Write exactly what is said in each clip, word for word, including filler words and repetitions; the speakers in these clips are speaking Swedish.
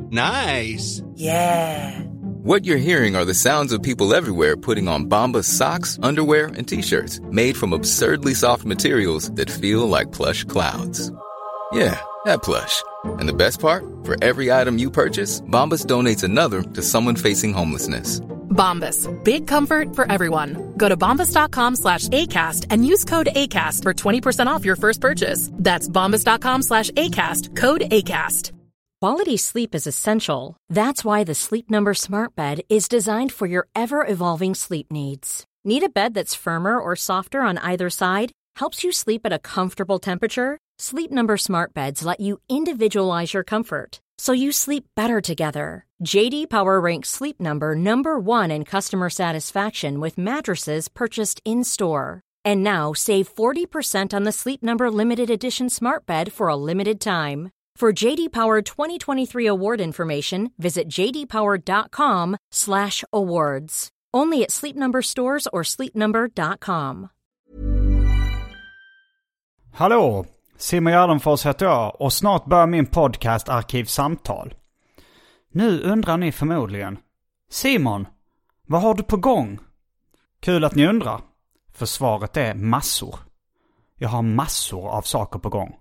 Nice. Yeah. What you're hearing are the sounds of people everywhere putting on Bombas socks, underwear, and T-shirts made from absurdly soft materials that feel like plush clouds. Yeah, that plush. And the best part? For every item you purchase, Bombas donates another to someone facing homelessness. Bombas. Big comfort for everyone. Go to bombas.com slash ACAST and use code ACAST for twenty percent off your first purchase. That's bombas.com slash ACAST. Code ACAST. Quality sleep is essential. That's why the Sleep Number Smart Bed is designed for your ever-evolving sleep needs. Need a bed that's firmer or softer on either side? Helps you sleep at a comfortable temperature? Sleep Number Smart Beds let you individualize your comfort, so you sleep better together. J D Power ranks Sleep Number number one in customer satisfaction with mattresses purchased in-store. And now save forty percent on the Sleep Number Limited Edition Smart Bed for a limited time. For J D Power twenty twenty-three award information, visit jdpower.com slash awards. Only at Sleep Number stores or sleep number dot com. Hallå, Simon Gärdenfors heter jag och snart börjar min podcast Arkivsamtal. Nu undrar ni förmodligen: Simon, vad har du på gång? Kul att ni undrar, för svaret är massor. Jag har massor av saker på gång.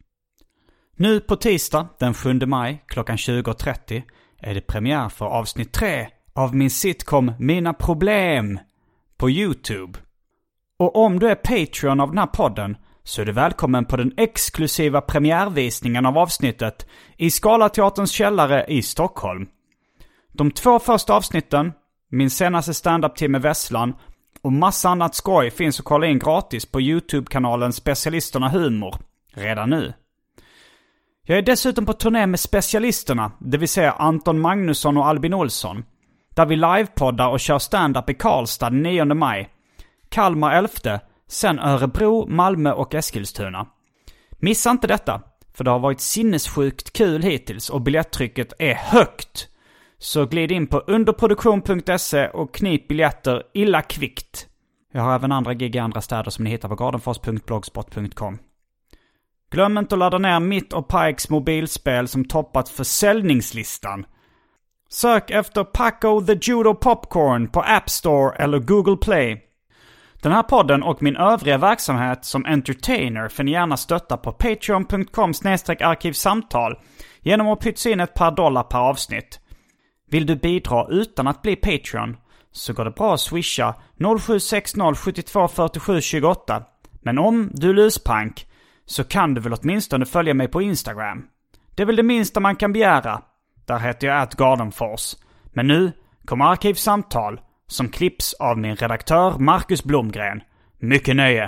Nu på tisdag den sjunde maj klockan tjugo trettio är det premiär för avsnitt tre av min sitcom Mina Problem på YouTube. Och om du är Patreon av den här podden så är du välkommen på den exklusiva premiärvisningen av avsnittet i Scalateaterns källare i Stockholm. De två första avsnitten, min senaste stand-up-team med Vesslan och massa annat skoj finns att kolla in gratis på YouTube-kanalen Specialisterna Humor redan nu. Jag är dessutom på turné med Specialisterna, det vill säga Anton Magnusson och Albin Olsson, där vi livepoddar och kör stand-up i Karlstad den nionde maj, Kalmar elfte, sen Örebro, Malmö och Eskilstuna. Missa inte detta, för det har varit sinnessjukt kul hittills och biljettrycket är högt. Så glid in på underproduktion punkt se och knip biljetter illa kvickt. Jag har även andra gig i andra städer som ni hittar på gardenfors punkt blogspot punkt com. Glöm inte att ladda ner mitt och Pikes mobilspel som toppat försäljningslistan. Sök efter Paco the Judo Popcorn på App Store eller Google Play. Den här podden och min övriga verksamhet som entertainer får ni gärna stötta på patreon punkt com slash arkivsamtal genom att pytsa in ett par dollar per avsnitt. Vill du bidra utan att bli Patreon så går det bra att swisha noll sju sex noll sju två fyra sju två åtta. Men om du är luspank så kan du väl åtminstone följa mig på Instagram. Det är väl det minsta man kan begära. Där heter jag at Gardenfors. Men nu kommer Arkivsamtal som klipps av min redaktör Marcus Blomgren. Mycket nöje!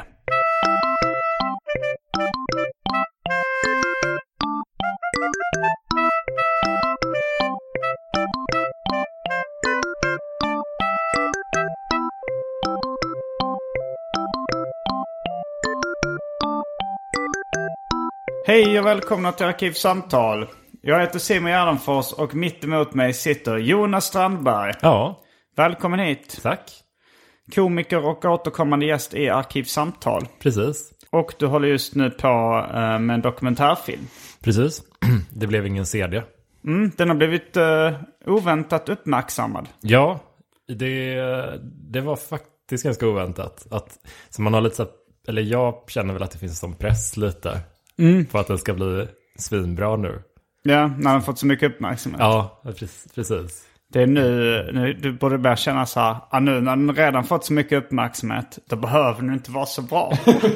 Hej och välkomna till Arkivsamtal. Jag heter Simon Gärdenfors och mitt emot mig sitter Jonas Strandberg. Ja. Välkommen hit. Tack. Komiker och återkommande gäst i Arkivsamtal. Precis. Och du håller just nu på uh, med en dokumentärfilm. Precis. Det blev ingen C D. Mm, den har blivit uh, oväntat uppmärksammad. Ja, det, det var faktiskt ganska oväntat. Att, så man har lite så, eller jag känner väl att det finns en sån press lite. Mm. För att den ska bli svinbra nu. Ja, när den fått så mycket uppmärksamhet. Ja, precis. Det är nu, nu du borde börja känna så här, ah, nu när den redan fått så mycket uppmärksamhet, då behöver den inte vara så bra.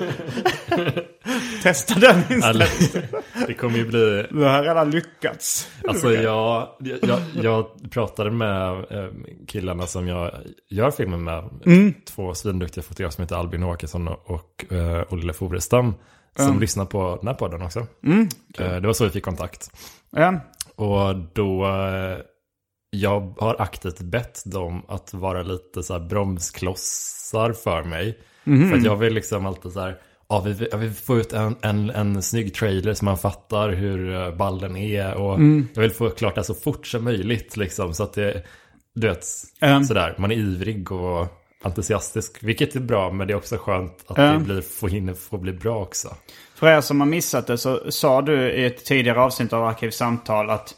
Testa den istället. Det kommer ju bli... Du har redan lyckats. Alltså jag, jag, jag pratade med killarna som jag gör filmen med. Mm. Två svinduktiga fotografer som heter Albin Åkesson och uh, Olle Forestam. Som mm. lyssnar på den här podden också. Mm. Okay. Det var så vi fick kontakt. Mm. Och då... Jag har aktivt bett dem att vara lite så här bromsklossar för mig. Mm. För att jag vill liksom alltid så här... Ja, vi, jag vill få ut en, en, en snygg trailer så man fattar hur ballen är. Och mm. jag vill få klart det så fort som möjligt. Liksom, så att det... Du vet, mm. sådär. Man är ivrig och entusiastisk. Vilket är bra, men det är också skönt att mm. det blir, får hinna få bli bra också. För er som har missat det så sa du i ett tidigare avsnitt av Arkivsamtal att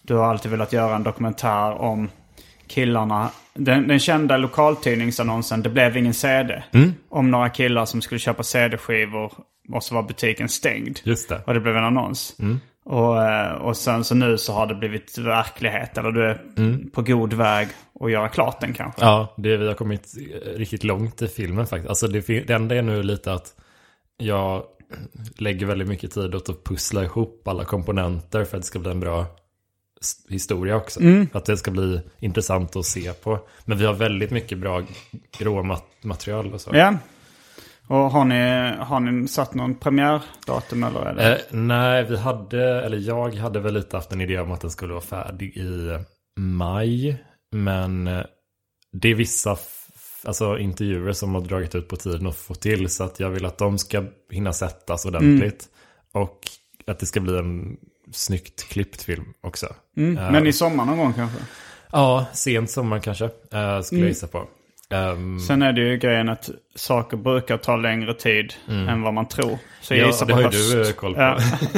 du har alltid velat göra en dokumentär om killarna. Den, den kända lokaltidningsannonsen, det blev ingen C D. Mm. Om några killar som skulle köpa C D-skivor och så var butiken stängd. Just det. Och det blev en annons. Mm. Och, och sen så nu så har det blivit verklighet. Eller du är mm. på god väg att göra klart den kanske. Ja, det, vi har kommit riktigt långt i filmen faktiskt. Alltså det, det enda är nu lite att jag lägger väldigt mycket tid åt att pussla ihop alla komponenter för att det ska bli en bra historia också. Mm. Att det ska bli intressant att se på. Men vi har väldigt mycket bra råmaterial och så. Ja. Och har ni, har ni satt någon premiärdatum eller är det? Eh, nej, vi hade, eller jag hade väl lite haft en idé om att den skulle vara färdig i maj. Men det är vissa f- alltså intervjuer som har dragit ut på tiden att få till. Så att jag vill att de ska hinna sättas ordentligt. Mm. Och att det ska bli en snyggt klippt film också. Mm. Uh, men i sommar någon gång kanske? Ja, sent sommar kanske, uh, skulle mm. jag gissa på. Um, Sen är det ju grejen att saker brukar ta längre tid mm. än vad man tror. Så jag ja, gissar det på har höst. ju du koll på. Ja.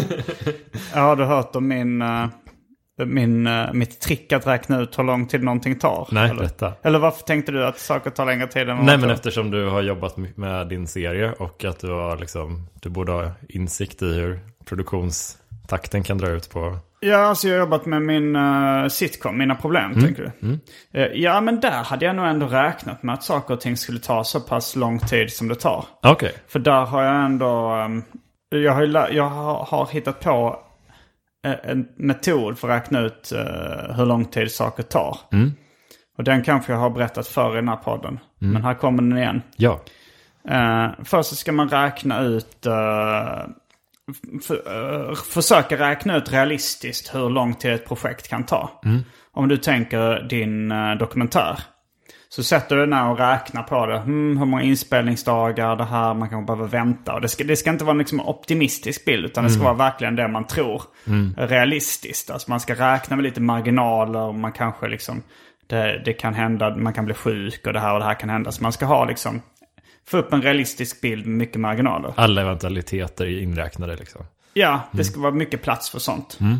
Jag har du hört om min, uh, min, uh, mitt trick att räkna ut hur lång tid någonting tar? Nej, eller? detta. Eller varför tänkte du att saker tar längre tid än vad Nej, man men tror? eftersom du har jobbat med din serie och att du har liksom, du borde ha insikt i hur produktionstakten kan dra ut på. Ja, alltså jag har jobbat med min uh, sitcom, Mina problem, mm. tänker du? Mm. Uh, ja, men där hade jag nog ändå räknat med att saker och ting skulle ta så pass lång tid som det tar. Okej. Okay. För där har jag ändå, um, jag, har, jag har, har hittat på uh, en metod för att räkna ut uh, hur lång tid saker tar. Mm. Och den kanske jag har berättat för i den här podden. Mm. Men här kommer den igen. Ja. Uh, först så ska man räkna ut... Uh, För, uh, försöka räkna ut realistiskt hur lång tid ett projekt kan ta. Mm. Om du tänker din uh, dokumentär, så sätter du ner och räknar på det. Hmm, hur många inspelningsdagar det här, man kan behöva vänta. Och det, ska, det ska inte vara liksom en optimistisk bild, utan mm. det ska vara verkligen det man tror. Mm. Realistiskt. Alltså man ska räkna med lite marginaler. Man kanske liksom, det, det kan hända, man kan bli sjuk och det här och det här kan hända. Så man ska ha liksom... få upp en realistisk bild med mycket marginaler. Alla eventualiteter är inräknade liksom. Ja, det mm. ska vara mycket plats för sånt. Mm.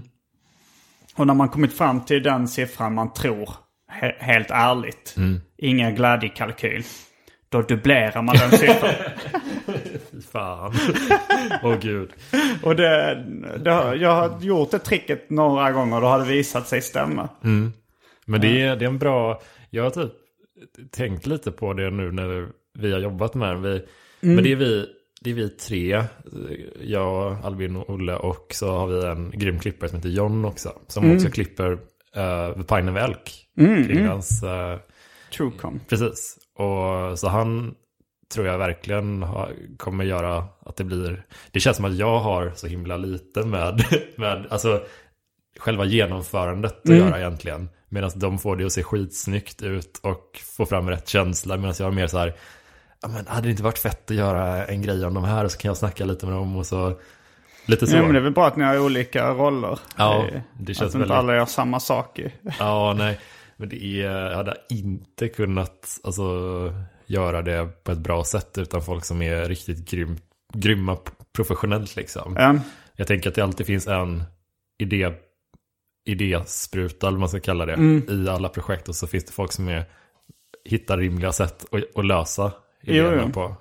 Och när man kommit fram till den siffran man tror, he- helt ärligt, mm. inga glädjekalkyl, då dubblerar man den siffran. Fy fan. Åh oh, gud. Och det, det, jag har gjort det tricket några gånger och då har det visat sig stämma. Mm. Men det är, det är en bra... Jag har typ tänkt lite på det nu när vi har jobbat med den. Vi, mm. Men det är, vi, det är vi tre. Jag, Albin och Olle. Och så har vi en grym klippare som heter John också. Som mm. också klipper uh, The Pine of Elk. Mm, kring mm. hans... Uh, Truecom. Precis. Och så han tror jag verkligen har, kommer göra att det blir... Det känns som att jag har så himla lite med, med alltså, själva genomförandet att mm. göra egentligen. Medan de får det att se skitsnyggt ut och få fram rätt känsla. Medan jag har mer så här... Ja, men hade det inte varit fett att göra en grej om de här, och så kan jag snacka lite med dem och så... Lite så. Ja, men det är väl bra att ni har olika roller. Ja, det känns att väldigt... inte alla gör samma sak. Ja, nej. Men det är, jag hade inte kunnat alltså, göra det på ett bra sätt utan folk som är riktigt grym, grymma professionellt liksom. Mm. Jag tänker att det alltid finns en idé, idéspruta, eller vad man ska kalla det, mm. i alla projekt. Och så finns det folk som är, hittar rimliga sätt att, att lösa idéerna på.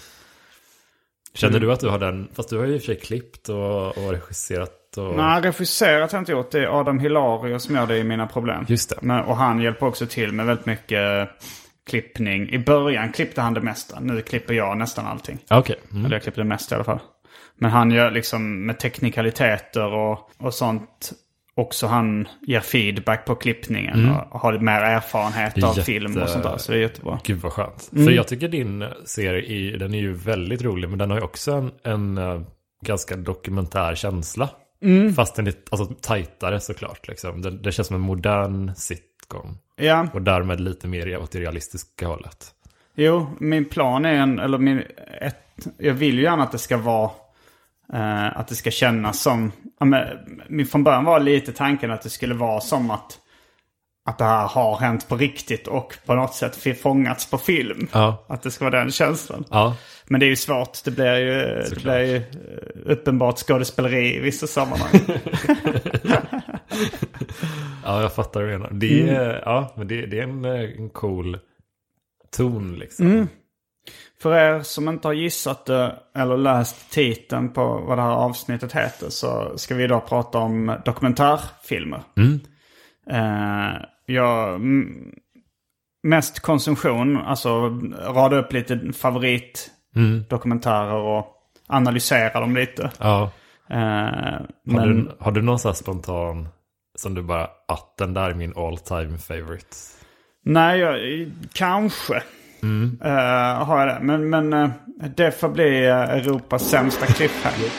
Känner mm. du att du har den, fast du har ju i och för sig klippt och, och regisserat och... Nej, regisserat har jag inte gjort. Det är Adam Hilario som gör det i Mina problem. Just det. Men, och han hjälper också till med väldigt mycket klippning. I början klippte han det mesta. Nu klipper jag nästan allting. Okej. Okay. Mm. Eller jag klipper det mesta i alla fall. Men han gör liksom med teknikaliteter och, och sånt. Också han ger feedback på klippningen mm. och har mer erfarenhet av jätte... film och sånt där. Så det är jättebra. Gud vad skönt. Mm. För jag tycker din serie, är, den är ju väldigt rolig. Men den har ju också en, en uh, ganska dokumentär känsla. Mm. Fast den är alltså, tajtare såklart. Liksom. Det, det känns som en modern sitcom. Ja. Och därmed lite mer åt det realistiska hållet. Jo, min plan är en... Eller min, ett, jag vill ju gärna att det ska vara... Uh, att det ska kännas som... Ja, men, från början var lite tanken att det skulle vara som att... Att det här har hänt på riktigt och på något sätt fångats på film. Ja. Att det ska vara den känslan. Ja. Men det är ju svårt. Det blir ju, det blir ju uppenbart skådespeleri i vissa sammanhang. Ja, jag fattar det. Det är, mm. ja, men det, det är en, en cool ton liksom. Mm. För er som inte har gissat det eller läst titeln på vad det här avsnittet heter, så ska vi idag prata om dokumentärfilmer. Mm. Eh, jag, m- mest konsumtion, alltså rada upp lite favoritdokumentärer och analysera dem lite. Ja. Eh, har, men... du, har du någon sån här spontan som du bara, att den där är min all time favorite? Nej, jag, kanske. Mm. Uh, har jag det. Men, men uh, det får bli uh, Europas sämsta cliffhanger.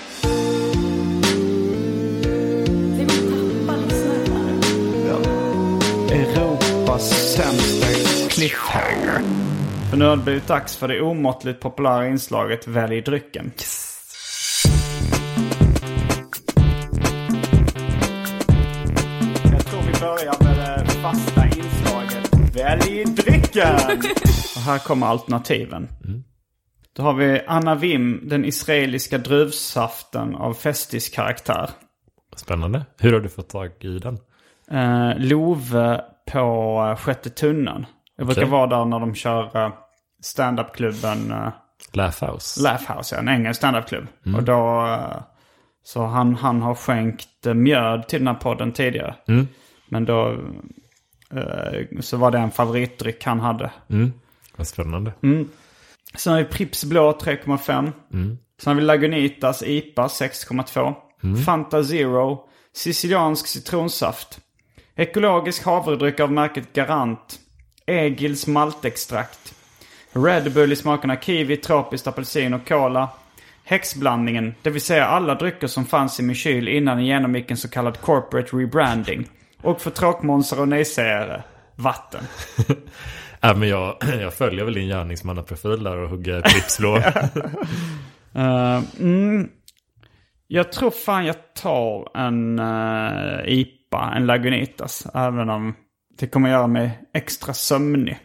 Ja. Europas sämsta cliffhanger. För nu har det blivit dags för det omåttligt populära inslaget Välj drycken. Jag tror vi börjar med det fasta inslaget Välj drycken. Och här kommer alternativen. Mm. Då har vi Anna Wim, den israeliska druvsaften av festiskaraktär. Spännande. Hur har du fått tag i den? Eh, Love på Sjätte tunnan. Jag brukar okay. vara där när de kör uh, stand-up-klubben uh, Laugh House. Laugh House, ja, en engelsk stand-up-klubb. Mm. Och då uh, så han, han har skänkt uh, mjöd till den här podden tidigare. Mm. Men då uh, så var det en favoritdryck han hade. Mm. Vad spännande. Mm. Sen har vi Pripps Blå tre komma fem. Mm. Sen har vi Lagunitas I P A sex komma två. Mm. Fanta Zero. Siciliansk citronsaft. Ekologisk havredryck av märket Garant. Egils maltextrakt. Red Bull i smakerna kiwi, tropiskt, apelsin och cola. Häxblandningen, det vill säga alla drycker som fanns i min kyl innan den genomgick en så kallad corporate rebranding. Och för tråkmånsar och nejsägare, vatten. Ja, men jag, jag följer väl din gärningsmannaprofil där och hugger Pripps Blå. uh, mm, jag tror fan jag tar en uh, I P A, en Lagunitas, även om det kommer göra mig extra sömnig.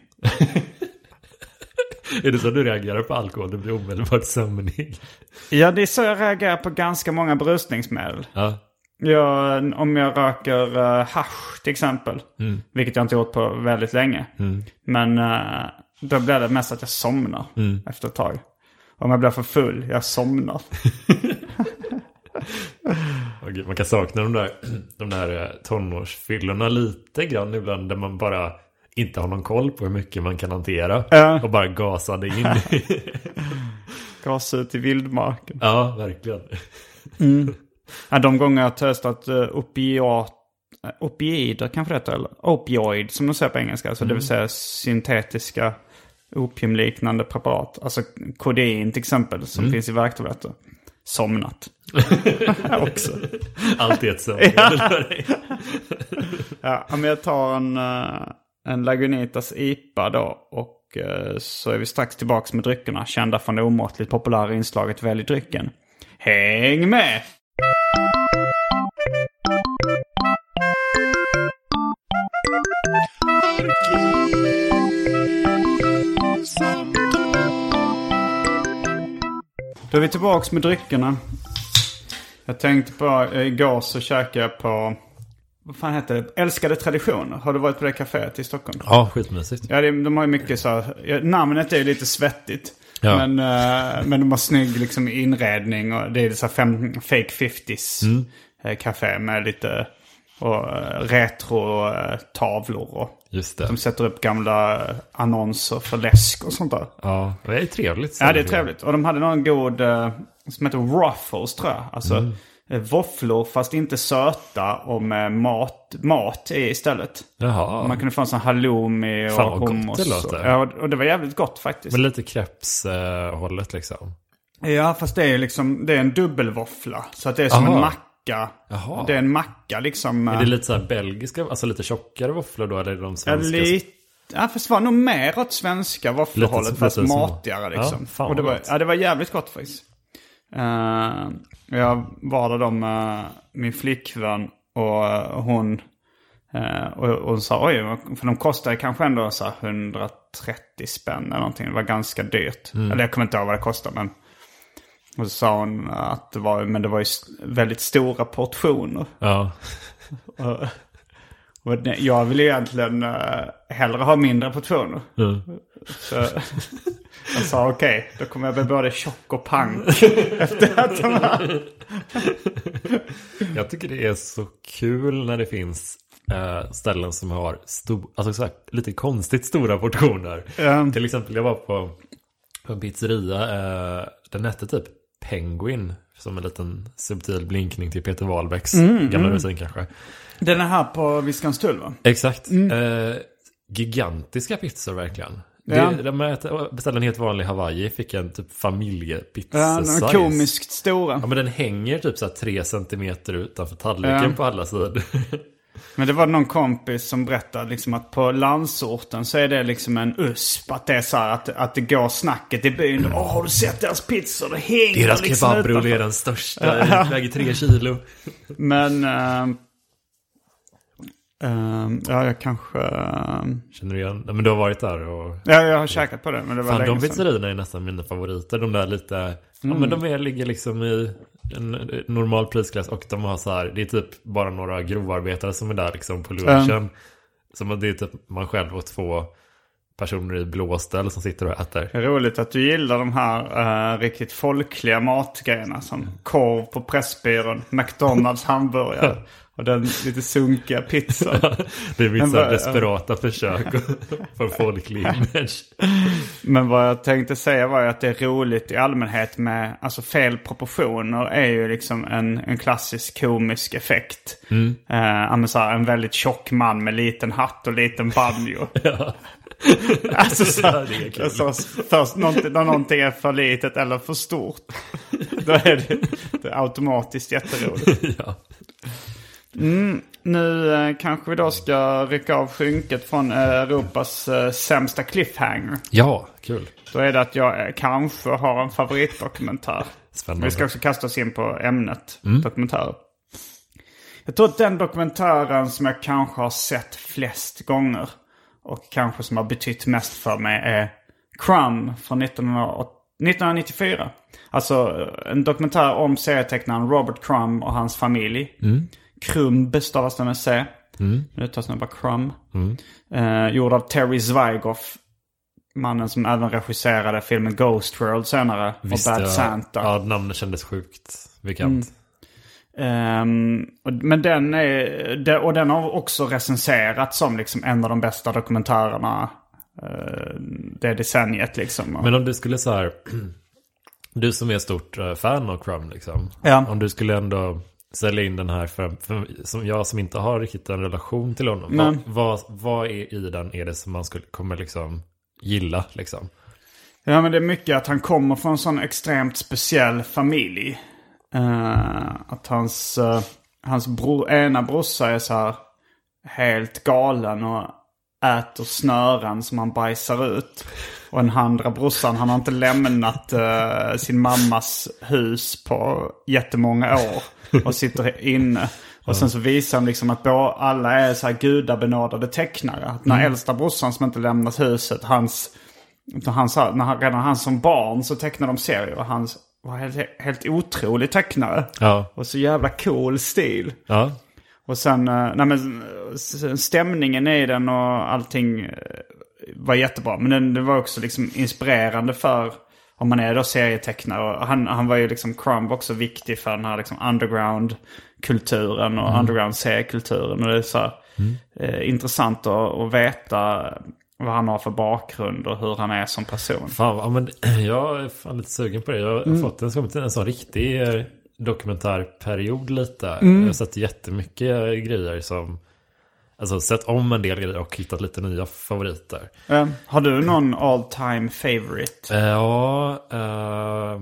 Är det så du reagerar på alkohol? Du blir omedelbart sömnig. Ja, det är så jag reagerar på ganska många berusningsmedel. Ja. Jag, om jag röker uh, hasch till exempel. Mm. Vilket jag inte gjort på väldigt länge. Mm. Men uh, då blir det mest att jag somnar mm. efter ett tag. Om jag blir för full, jag somnar. Man kan sakna de där, de där tonårsfyllorna lite grann ibland, där man bara inte har någon koll på hur mycket man kan hantera. Ja. Och bara gasade in. Gasa ut i vildmarken. Ja, verkligen. Mm. Ja, de gånger jag har testat uh, opiat, uh, opioider kanske det heter, eller opioid som de säger på engelska. Alltså mm. det vill säga syntetiska opiumliknande preparat. Alltså kodein till exempel som mm. finns i värktabletter. Somnat. Också. Allt är ett sömn. Ja, men jag tar en, uh, en Lagunitas I P A då. Och uh, så är vi strax tillbaka med dryckerna. Kända från det omåttligt populära inslaget Välj drycken. Häng med! Då är vi tillbaka med dryckerna. Jag tänkte på, igår så käkade jag på, vad fan heter det? Älskade traditioner. Har du varit på det kaféet i Stockholm? Ja, skitmässigt. Ja, det, de har ju mycket så här, namnet är ju lite svettigt. Ja. Men, uh, men de har snygg liksom inredning och det är så här fem, fake fifties mm. café med lite och, uh, retro uh, tavlor och just det. De sätter upp gamla annonser för läsk och sånt där. Ja, det är trevligt. Ja, det är trevligt. Och de hade någon god uh, som heter Ruffles tror jag. Alltså mm. uh, våfflor fast inte söta och med mat, mat i istället. Jaha. Man kunde få en sån halloumi och fan, hummus. Det låter. Ja, och det var jävligt gott faktiskt. Men lite crepes-hållet uh, liksom. Ja, fast det är liksom, det är en dubbelvåffla. Så att det är som Aha. en macka. Jaha. Det är en macka liksom. Är det lite så här belgiska, alltså lite tjockare våfflor då? Eller är de svenska? Ja, lite, ja fast det var nog mer åt svenska våfflehållet. Fast matigare liksom. Ja, och det var, ja, det var jävligt gott faktiskt. Uh, jag var där då med min flickvän och hon uh, och, och hon sa oj, för de kostade kanske ändå så här hundratrettio spänn eller någonting. Det var ganska dyrt. Mm. Eller jag kommer inte ihåg vad det kostade, men och så sa hon att det var, men det var ju väldigt stora portioner. Ja. och, Och det, jag vill egentligen uh, hellre ha mindre portioner. Mm. Så jag sa okej, okay, då kommer jag bli både tjock och pank efter att de här. Jag tycker det är så kul när det finns uh, ställen som har stor, alltså så här, lite konstigt stora portioner. Mm. Till exempel jag var på, på en pizzeria, uh, den hette typ Penguin, som en liten subtil blinkning till Peter Wahlbecks mm, gamla mm. rusin kanske. Den är här på Viskanstull, va? Exakt. Mm. Uh, gigantiska pizzor verkligen. Ja. Det, de beställde en helt vanlig Hawaii, fick en typ familjepizza. Ja, den är komiskt stora. Ja, men den hänger typ så här tre centimeter utanför tallriken ja. På alla sidor. Men det var någon kompis som berättade liksom att på landsorten så är det liksom en usp. Att det är så här att, att det går snacket i byn. Åh, har du sett deras pizzor? Det hänger deras liksom kebabrulle är den största, ja. Väger tre kilo. Men... Uh, Uh, ja, jag kanske... Uh... Känner du igen? Ja, men du har varit där och... Ja, jag har käkat på det, men det var fan, länge de pizzerierna är nästan mina favoriter. De där lite... Mm. Ja, men de är, ligger liksom i en normal prisklass. Och de har så här... Det är typ bara några grovarbetare som är där liksom på lunchen. Mm. Som det är typ man själv och två personer i blåställ som sitter och äter. Det är roligt att du gillar de här uh, riktigt folkliga matgrejerna. Som korv på Pressbyrån, McDonalds hamburgare. Och den lite sunkiga pizza. Det är mitt så desperata försök för folklig image. Men vad jag tänkte säga var att det är roligt i allmänhet med... Alltså fel proportioner är ju liksom en, en klassisk komisk effekt. Mm. Uh, så här, en väldigt tjock man med liten hatt och liten banjo. Ja. Alltså så, alltså, först någonting, när någonting är för litet eller för stort. Då är det, det är automatiskt jätteroligt. Ja. Mm, nu eh, kanske vi då ska rycka av skynket från eh, Europas eh, sämsta cliffhanger. Ja, kul. Då är det att jag eh, kanske har en favoritdokumentär. Spännande. Vi ska också kasta oss in på ämnet mm. dokumentärer. Jag tror att den dokumentären som jag kanske har sett flest gånger och kanske som har betytt mest för mig är Crumb från nittonhundranittiofyra. Alltså en dokumentär om serietecknaren Robert Crumb och hans familj. Mm. Crumb stavas det med C. Mm. Nu tas det bara Crumb. Mm. Eh, gjord av Terry Zwigoff. Mannen som även regisserade filmen Ghost World senare. Visst, och Bad ja, Santa. Ja, namnet kändes sjukt bekant. Mm. Um, och, men den är... Och den har också recenserats som liksom en av de bästa dokumentärerna uh, det decenniet liksom. Men om du skulle så här... Du som är stort uh, fan av Crumb liksom. Ja. Om du skulle ändå... sälja in den här för, för som jag som inte har riktigt en relation till honom. Vad, vad, vad är i den är det som man skulle, kommer liksom gilla liksom? Ja, men det är mycket att han kommer från en sån extremt speciell familj. Uh, att hans, uh, hans bro, ena brorsa är så här helt galen och äter snören som han bajsar ut. Och den andra brorsan, han har inte lämnat uh, sin mammas hus på jättemånga år. Och sitter inne. Och sen så visar han liksom att då alla är så här gudabenådade tecknare. Att när mm. äldsta brorsan som inte lämnat huset, hans, hans, när han, redan han som barn så tecknade de serier. Och han var helt, helt otrolig tecknare. Ja. Och så jävla cool stil. Ja. Och sen, nej men, stämningen i den och allting var jättebra. Men den, det var också liksom inspirerande för... Om man är då serietecknare. Och han, han var ju liksom Crumb också viktig för den här liksom underground-kulturen och mm. underground-seriekulturen. Och det är så här, mm. eh, intressant att, att veta vad han har för bakgrund och hur han är som person. Fan, ja, men jag är fan lite sugen på det. Jag har mm. fått en, en, en sån riktig dokumentärperiod lite. Mm. Jag har sett jättemycket grejer som... Alltså sett om en del grejer och hittat lite nya favoriter. Uh, har du någon all-time favorite? Uh, ja, uh,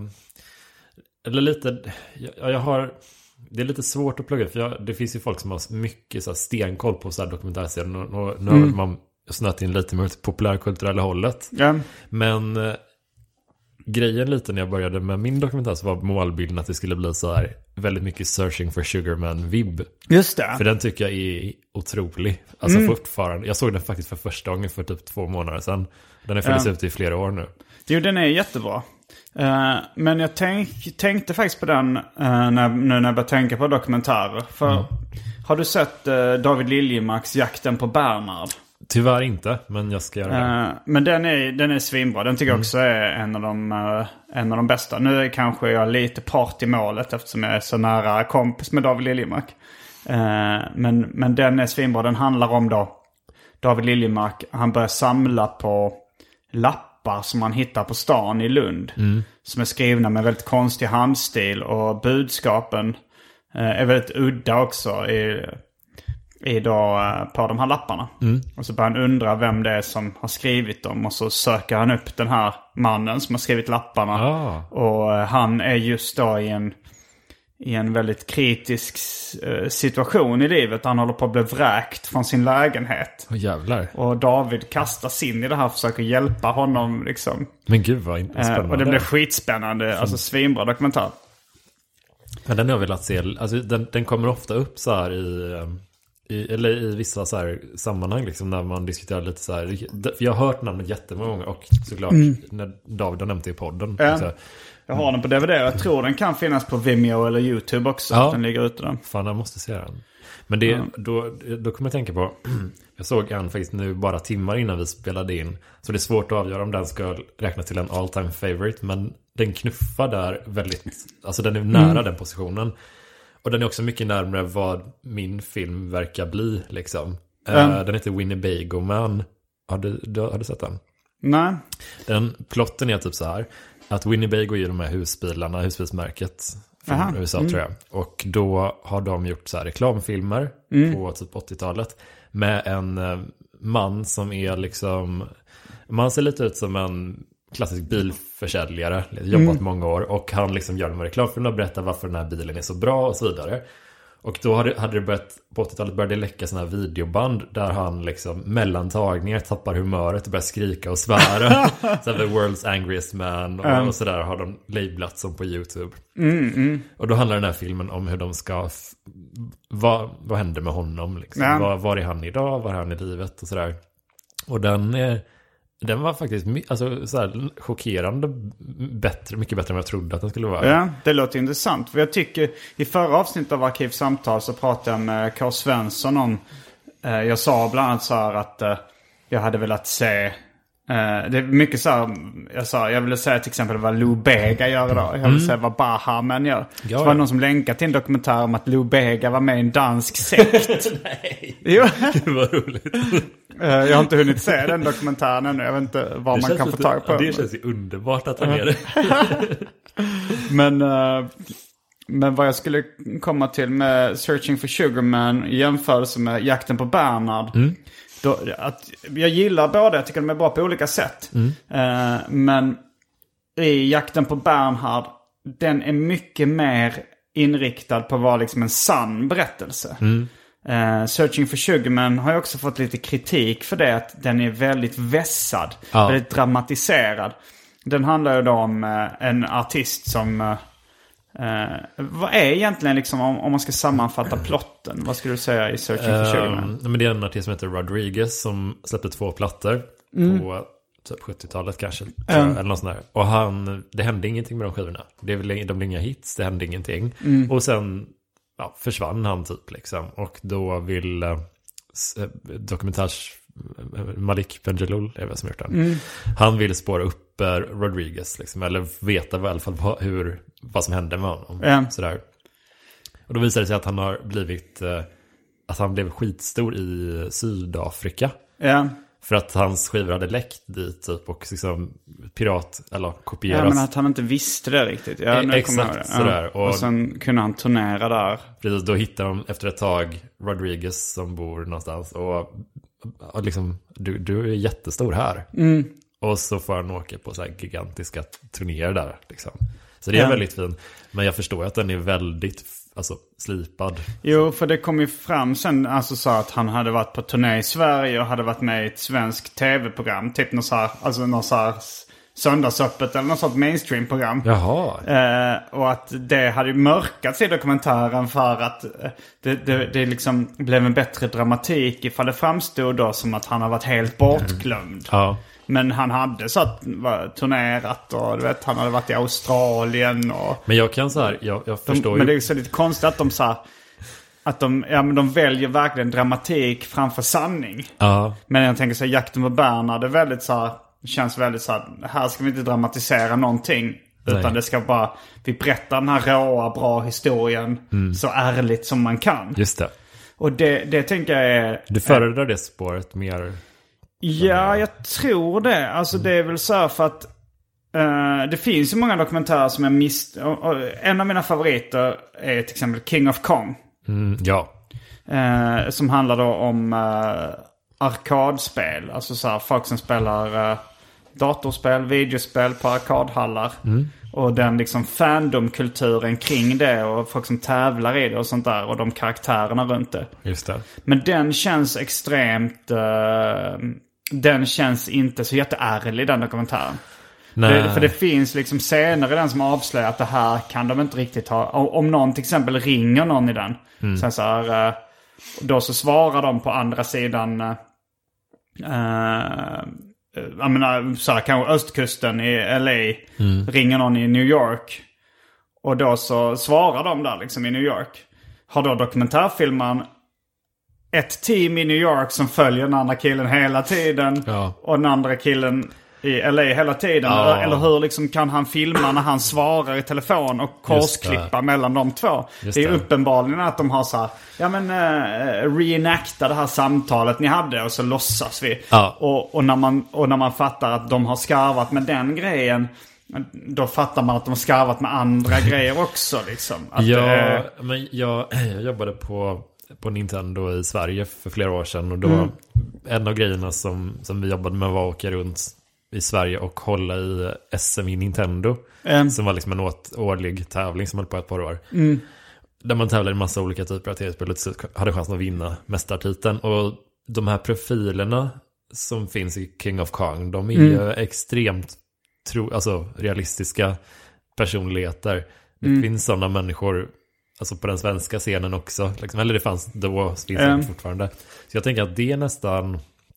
eller lite... Jag, jag har... Det är lite svårt att plugga för jag, det finns ju folk som har mycket så här, stenkoll på så här dokumentärserier. Och, och, nu har mm. man snöat in lite mer till populärkulturella hållet. Uh. Men... Uh, grejen lite när jag började med min dokumentär så var målbilden att det skulle bli så här väldigt mycket Searching for Sugarman-vibb. Just det. För den tycker jag är otrolig. Alltså mm. fortfarande. Jag såg den faktiskt för första gången för typ två månader sedan. Den är funnits ja. ute i flera år nu. Jo, den är jättebra. Uh, men jag tänk, tänkte faktiskt på den uh, när, nu när jag började tänka på dokumentärer. För mm. har du sett uh, David Liljemarks Jakten på Bernhard? Tyvärr inte, men jag ska göra det. Uh, men den är, den är svinbra. Den tycker jag mm. också är en av, de, uh, en av de bästa. Nu är kanske jag lite part i målet eftersom jag är så nära kompis med David Liljemark. Uh, men, men den är svinbra. Den handlar om då David Liljemark. Han börjar samla på lappar som man hittar på stan i Lund. Mm. Som är skrivna med väldigt konstig handstil. Och budskapen uh, är väldigt udda också i... i då, på de här lapparna. Mm. Och så börjar han undra vem det är som har skrivit dem. Och så söker han upp den här mannen som har skrivit lapparna. Ah. Och han är just då i en, i en väldigt kritisk uh, situation i livet. Han håller på att bli vräkt från sin lägenhet. Oh, jävlar. Och David kastas in i det här och försöker hjälpa honom. Liksom. Men gud vad spännande. Uh, och det blir skitspännande. Alltså svinbra dokumentär. Ja, den har jag velat se. Alltså, den, den kommer ofta upp så här i... Um... I, eller i vissa så här sammanhang liksom, när man diskuterar lite så här. För jag har hört namnet jättemånga gånger. Och såklart mm. när David har nämnt det i podden. Ja. Så, jag har den på D V D. Jag tror den kan finnas på Vimeo eller YouTube också. Ja. Den ligger ute där. Fan, jag måste se den. Men det, mm. då, då kommer jag tänka på. Jag såg en faktiskt nu bara timmar innan vi spelade in. Så det är svårt att avgöra om den ska räknas till en all time favorite. Men den knuffar där väldigt. Alltså den är nära mm. den positionen. Och den är också mycket närmare vad min film verkar bli, liksom. Mm. Uh, den heter Winnebago Man. Har du, du, har du sett den? Nej. Den plotten är typ så här. Att Winnebago är de här husbilarna, husbilsmärket från Aha. U S A mm. tror jag. Och då har de gjort så här reklamfilmer mm. på typ åttiotalet. Med en uh, man som är liksom... Man ser lite ut som en... klassisk bilförsäljare, jobbat mm. många år, och han liksom gör en reklamfilm och berättar varför den här bilen är så bra och så vidare. Och då hade, hade det börjat, på åttiotalet började det läcka såna här videoband där han liksom mellantagningar tappar humöret och börjar skrika och svära. Så The World's Angriest Man och, mm. och sådär har de lablat som på YouTube. Mm, mm. Och då handlar den här filmen om hur de ska f- vad, vad händer med honom liksom? Mm. Var, var är han idag? Var är han i livet? Och sådär. Och den är Den var faktiskt alltså, så här, chockerande bättre, mycket bättre än jag trodde att den skulle vara. Ja, det låter intressant. För jag tycker, i förra avsnittet av Arkivsamtal så pratade jag med K. Svensson om... Eh, jag sa bland annat så här att eh, jag hade velat se... Eh, det är mycket så här... Jag sa, jag ville säga till exempel vad Lou Bega gör idag. Jag ville mm. säga vad Bahamen gör. Ja, så var det någon som länkade till en dokumentär om att Lou Bega var med i en dansk sekt. Nej, jo. Det var roligt. Jag har inte hunnit se den dokumentären ännu. Jag vet inte vad det man kan få tag på. Det känns ju underbart att han är det. men, uh, men vad jag skulle komma till med Searching for Sugarman i jämförelse med Jakten på Bernhard. Mm. Då, att jag gillar båda. Jag tycker de är bra på olika sätt. Mm. Uh, men i Jakten på Bernhard, den är mycket mer inriktad på att vara liksom en sann berättelse. Mm. Uh, Searching for Sugarman har ju också fått lite kritik för det, att den är väldigt vässad, ja. väldigt dramatiserad. Den handlar ju då om uh, en artist som uh, uh, vad är egentligen liksom, om, om man ska sammanfatta plotten, vad skulle du säga i Searching for Sugarman? Uh, men det är en artist som heter Rodriguez som släppte två plattor mm. på typ sjuttiotalet kanske, mm. eller något sånt där. Och han, det hände ingenting med de skivorna. Det är väl, de blev inga hits, det hände ingenting. Mm. Och sen ja, försvann han typ liksom. Och då vill eh, dokumentärs Malik Benjelloul är väl som gjort den. Mm. Han vill spåra upp eh, Rodriguez liksom, eller veta i alla fall vad, hur, vad som hände med honom. Mm. Sådär. Och då visar det sig att han har blivit eh, att han blev skitstor i Sydafrika. Mm. För att hans skivor hade läckt dit typ, och liksom pirat eller kopieras. Ja, men att han inte visste det riktigt. Ja, nu exakt, det. Sådär. Ja. Och, och sen kunde han turnera där. Precis, då hittar de efter ett tag Rodriguez som bor någonstans. Och, och liksom, du, du är jättestor här. Mm. Och så får han åka på så här gigantiska turnéer där. Liksom. Så det är ja. väldigt fint. Men jag förstår att den är väldigt alltså, slipad. Jo, för det kom ju fram sen, alltså så att han hade varit på turné i Sverige och hade varit med i ett svenskt tv-program. Typ något så här, alltså något så här söndagsöppet eller något sånt mainstream-program. Jaha. Eh, och att det hade ju mörkats i dokumentären för att det, det, det liksom blev en bättre dramatik ifall det framstod då som att han har varit helt bortglömd. Mm. Ja. Men han hade så att var turnerat och du vet, han hade varit i Australien och... Men jag kan så här, jag, jag förstår de, ju... Men det är så lite konstigt att de så att de, ja, men de väljer verkligen dramatik framför sanning. Ja. Men jag tänker så här, Jakten på Bernhard är väldigt så här, känns väldigt så här, här ska vi inte dramatisera någonting. Nej. Utan det ska bara, vi berättar den här råa, bra historien mm. så ärligt som man kan. Just det. Och det, det tänker jag är... Du föredrar det spåret mer? Ja, jag tror det. Alltså mm. det är väl så för att uh, det finns ju många dokumentärer som jag mist... Och, och, en av mina favoriter är till exempel King of Kong. Mm, ja. Uh, som handlar då om uh, arkadspel. Alltså så här, folk som spelar uh, datorspel, videospel på arkadhallar. Mm. Och den liksom fandomkulturen kring det och folk som tävlar i det och sånt där. Och de karaktärerna runt det. Just det. Men den känns extremt... Uh, den känns inte så jätteärlig, den dokumentären. Det, för det finns liksom scener i den som avslöjar att det här kan de inte riktigt ha. Om någon till exempel ringer någon i den. Mm. Sen så här, uh, då så svarar de på andra sidan... Uh, uh, jag menar, så här, kanske östkusten i L A mm. ringer någon i New York och då så svarar de där liksom i New York. Har då dokumentärfilmaren ett team i New York som följer den andra killen hela tiden ja. Och den andra killen i L A hela tiden ja. Eller hur liksom kan han filma när han svarar i telefon och korsklippa mellan de två. Just det är det. Uppenbarligen att de har så här, ja men uh, reenacta det här samtalet ni hade och så låtsas vi. Ja. Och, och, när man, och när man fattar att de har skarvat med den grejen, då fattar man att de har skarvat med andra grejer också liksom. Att ja, det, men jag, jag jobbade på på Nintendo i Sverige för flera år sedan och då mm. en av grejerna som, som vi jobbade med var att åka runt i Sverige och hålla i S M i Nintendo mm. som var liksom en åt, årlig tävling som höll på ett par år. Mm. Där man tävlade i massa olika typer av tv-spel och hade chansen att vinna mästartiteln. Och de här profilerna som finns i King of Kong, de är mm. extremt tro, alltså realistiska personligheter. Det mm. finns sådana människor alltså på den svenska scenen också. Liksom, eller det fanns då, finns det mm. fortfarande. Så jag tänker att det nästan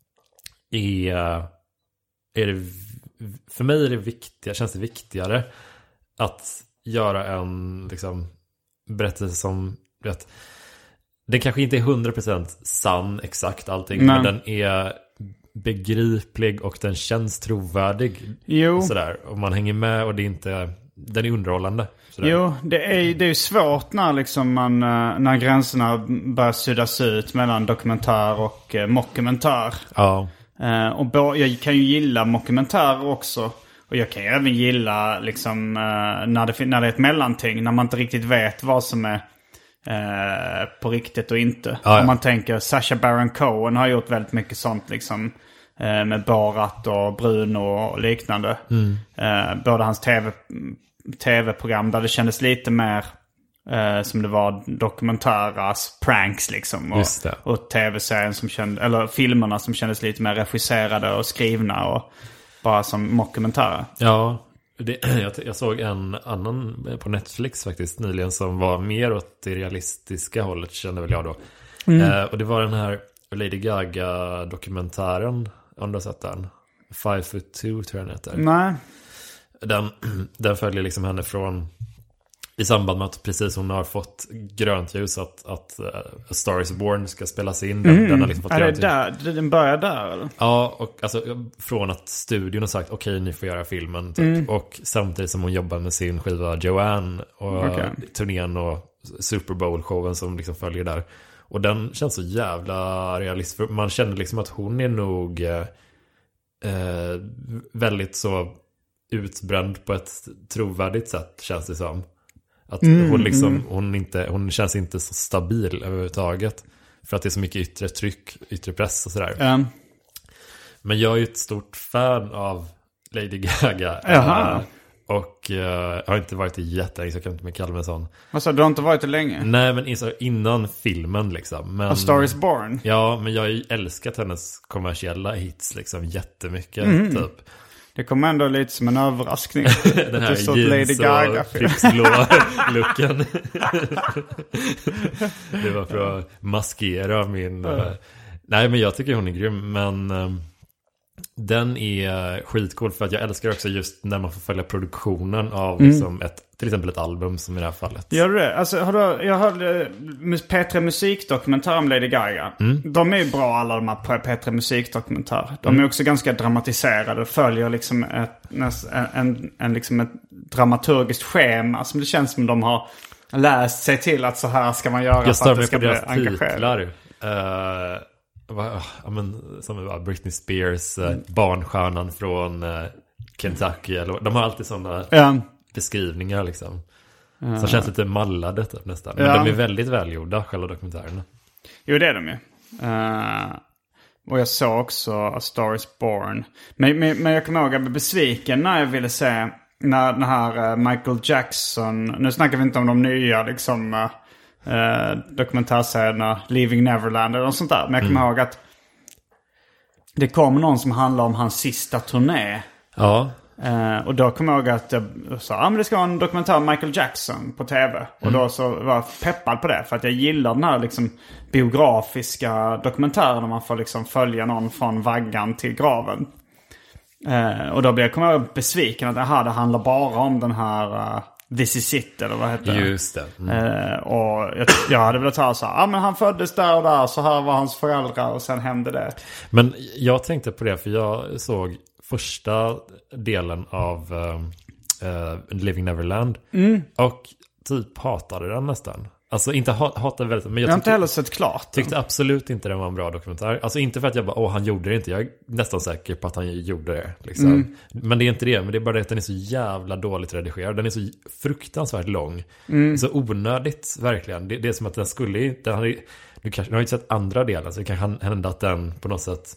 är, är det, för mig är det viktiga, känns det viktigare att göra en liksom, berättelse som, vet, den kanske inte är hundra procent sann exakt allting, Nej. men den är begriplig och den känns trovärdig. Jo. Sådär, och man hänger med och det är inte, den är underhållande. Sådär. Jo, det är, det är ju svårt när, liksom man, när gränserna börjar suddas ut mellan dokumentär och eh, mockumentär. Ja. Eh, och bo, jag kan ju gilla mockumentär också. Och jag kan ju även gilla liksom, eh, när, det, när det är ett mellanting. När man inte riktigt vet vad som är eh, på riktigt och inte. Ja, ja. Om man tänker, Sacha Baron Cohen har gjort väldigt mycket sånt liksom. Eh, med Borat och Bruno och liknande. Mm. Eh, både hans tv... tv-program där det kändes lite mer eh, som det var dokumentäras pranks liksom och, och tv-serien som kände, eller filmerna som kändes lite mer regisserade och skrivna och bara som mockumentärer. Ja, det, jag, jag såg en annan på Netflix faktiskt nyligen som var mer åt det realistiska hållet, kände väl jag då. Mm. Eh, och det var den här Lady Gaga-dokumentären, om du har sett den? Five foot two tror jag den heter. Nej. Den, den följer liksom henne från i samband med att precis hon har fått grönt ljus att, att uh, A Star is Born ska spelas in. Den, mm. den har liksom fått är grönt det ljus. Där, den börjar där eller? Ja, och alltså från att studion har sagt okej, okay, ni får göra filmen typ. Mm. Och samtidigt som hon jobbar med sin skiva Joanne och okay. turnén och Super Bowl-showen som liksom följer där. Och den känns så jävla realistisk. Man känner liksom att hon är nog eh, eh, väldigt så utbränd på ett trovärdigt sätt, känns det som. Att mm, hon liksom mm. hon inte hon känns inte så stabil överhuvudtaget för att det är så mycket yttre tryck, yttre press och sådär. Mm. Men jag är ju ett stort fan av Lady Gaga. Jaha. Och uh, jag har inte varit i jättelänge, så jag kan inte kalla mig sån. Alltså, du har inte varit det länge? Nej, men innan filmen liksom. Men, A Star is Born? Ja, men jag har ju älskat hennes kommersiella hits liksom jättemycket mm. typ. Det kom ändå lite som en överraskning. Den här jeans och pricksblå looken. Det var för att maskera min... Uh. Nej, men jag tycker hon är grym. Men uh, Den är skitcool för att jag älskar också just när man får följa produktionen av mm. liksom ett, till exempel ett album som i det här fallet. Gör du det? Alltså, har du, jag hörde P tre Musikdokumentär om Lady Gaga. Mm. De är ju bra, alla de här P tre Musikdokumentär. De mm. är också ganska dramatiserade och följer liksom ett, en, en, en, liksom ett dramaturgiskt schema som det känns som de har läst sig till att så här ska man göra jag för att det ska bli engagerad. Uh, Ja, men, som var Britney Spears, mm. barnstjärnan från uh, Kentucky. Eller, de har alltid sådana mm. beskrivningar liksom. Mm. Som känns lite mallade typ, nästan. Men mm. de är väldigt välgjorda, själva dokumentärerna. Jo, det är de ju. Uh, och jag såg också A Star Is Born. Men, men, men jag kommer ihåg att jag blev besviken när jag ville se när den här uh, Michael Jackson. Nu snackar vi inte om de nya liksom... Uh, Uh, dokumentärserierna Leaving Neverland och sånt där. Men jag kommer mm. ihåg att det kom någon som handlar om hans sista turné. Ja. Uh, och då kommer jag ihåg att jag sa ja ah, men det ska vara en dokumentär om Michael Jackson på tv. Mm. Och då så var jag peppad på det. För att jag gillar den här liksom biografiska dokumentären. När man får liksom följa någon från vaggan till graven. Uh, och då blev jag, kommer jag ihåg, besviken att aha, det handlar bara om den här... Uh, This Is It, eller vad heter det? Just det. Mm. Eh, och jag, jag hade velat ha så här, ah, men han föddes där och där, så här var hans föräldrar och sen hände det. Men jag tänkte på det, för jag såg första delen av uh, uh, Living Neverland mm. och typ hatade den nästan. Alltså inte hat, hatade väldigt, men jag, jag har tyckte, inte heller sett klart. Tyckte absolut inte det var en bra dokumentär. Alltså inte för att jag bara, åh han gjorde det inte. Jag är nästan säker på att han gjorde det liksom. Mm. Men det är inte det, men det är bara det att den är så jävla dåligt redigerad. Den är så fruktansvärt lång. Mm. Så onödigt, verkligen. Det, det är som att den skulle, den hade, du kanske, du har inte sett andra delen, så det kan hända att den på något sätt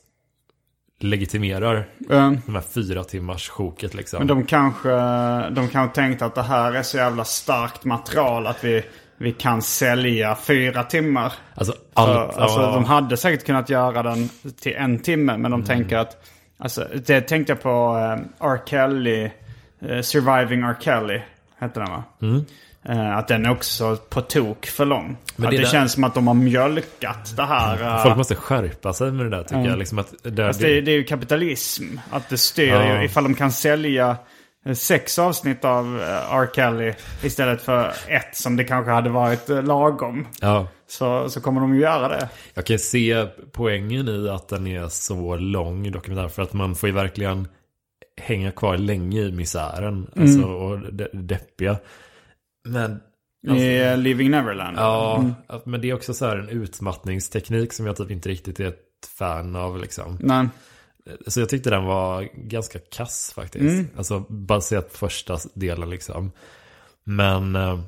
legitimerar mm. de här fyra timmars sjoket liksom. Men de kanske, de kanske tänkte att det här är så jävla starkt material att vi Vi kan sälja fyra timmar. Alltså, allt, så, alltså de hade säkert kunnat göra den till en timme. Men de mm. tänker att... Alltså, det tänkte jag på uh, R. Kelly. Uh, Surviving R. Kelly heter den va? Mm. Uh, att den är också på tok för lång. Men att det, det där... känns som att de har mjölkat det här. Uh... Folk måste skärpa sig med det där tycker mm. jag. Liksom att det, alltså, det... det är ju kapitalism. Att det styr ja. ju. Ifall de kan sälja... sex avsnitt av R. Kelly istället för ett som det kanske hade varit lagom. Ja. Så, så kommer de ju göra det. Jag kan se poängen i att den är så lång dokumentär, för att man får ju verkligen hänga kvar länge i misären. Mm. Alltså, och de- deppiga. Men... Alltså, i Living Neverland. Ja, mm. men det är också så här en utmattningsteknik som jag typ inte riktigt är ett fan av liksom. Nej. Så jag tyckte den var ganska kass faktiskt. Mm. Alltså baserat på första delen liksom. Men eh,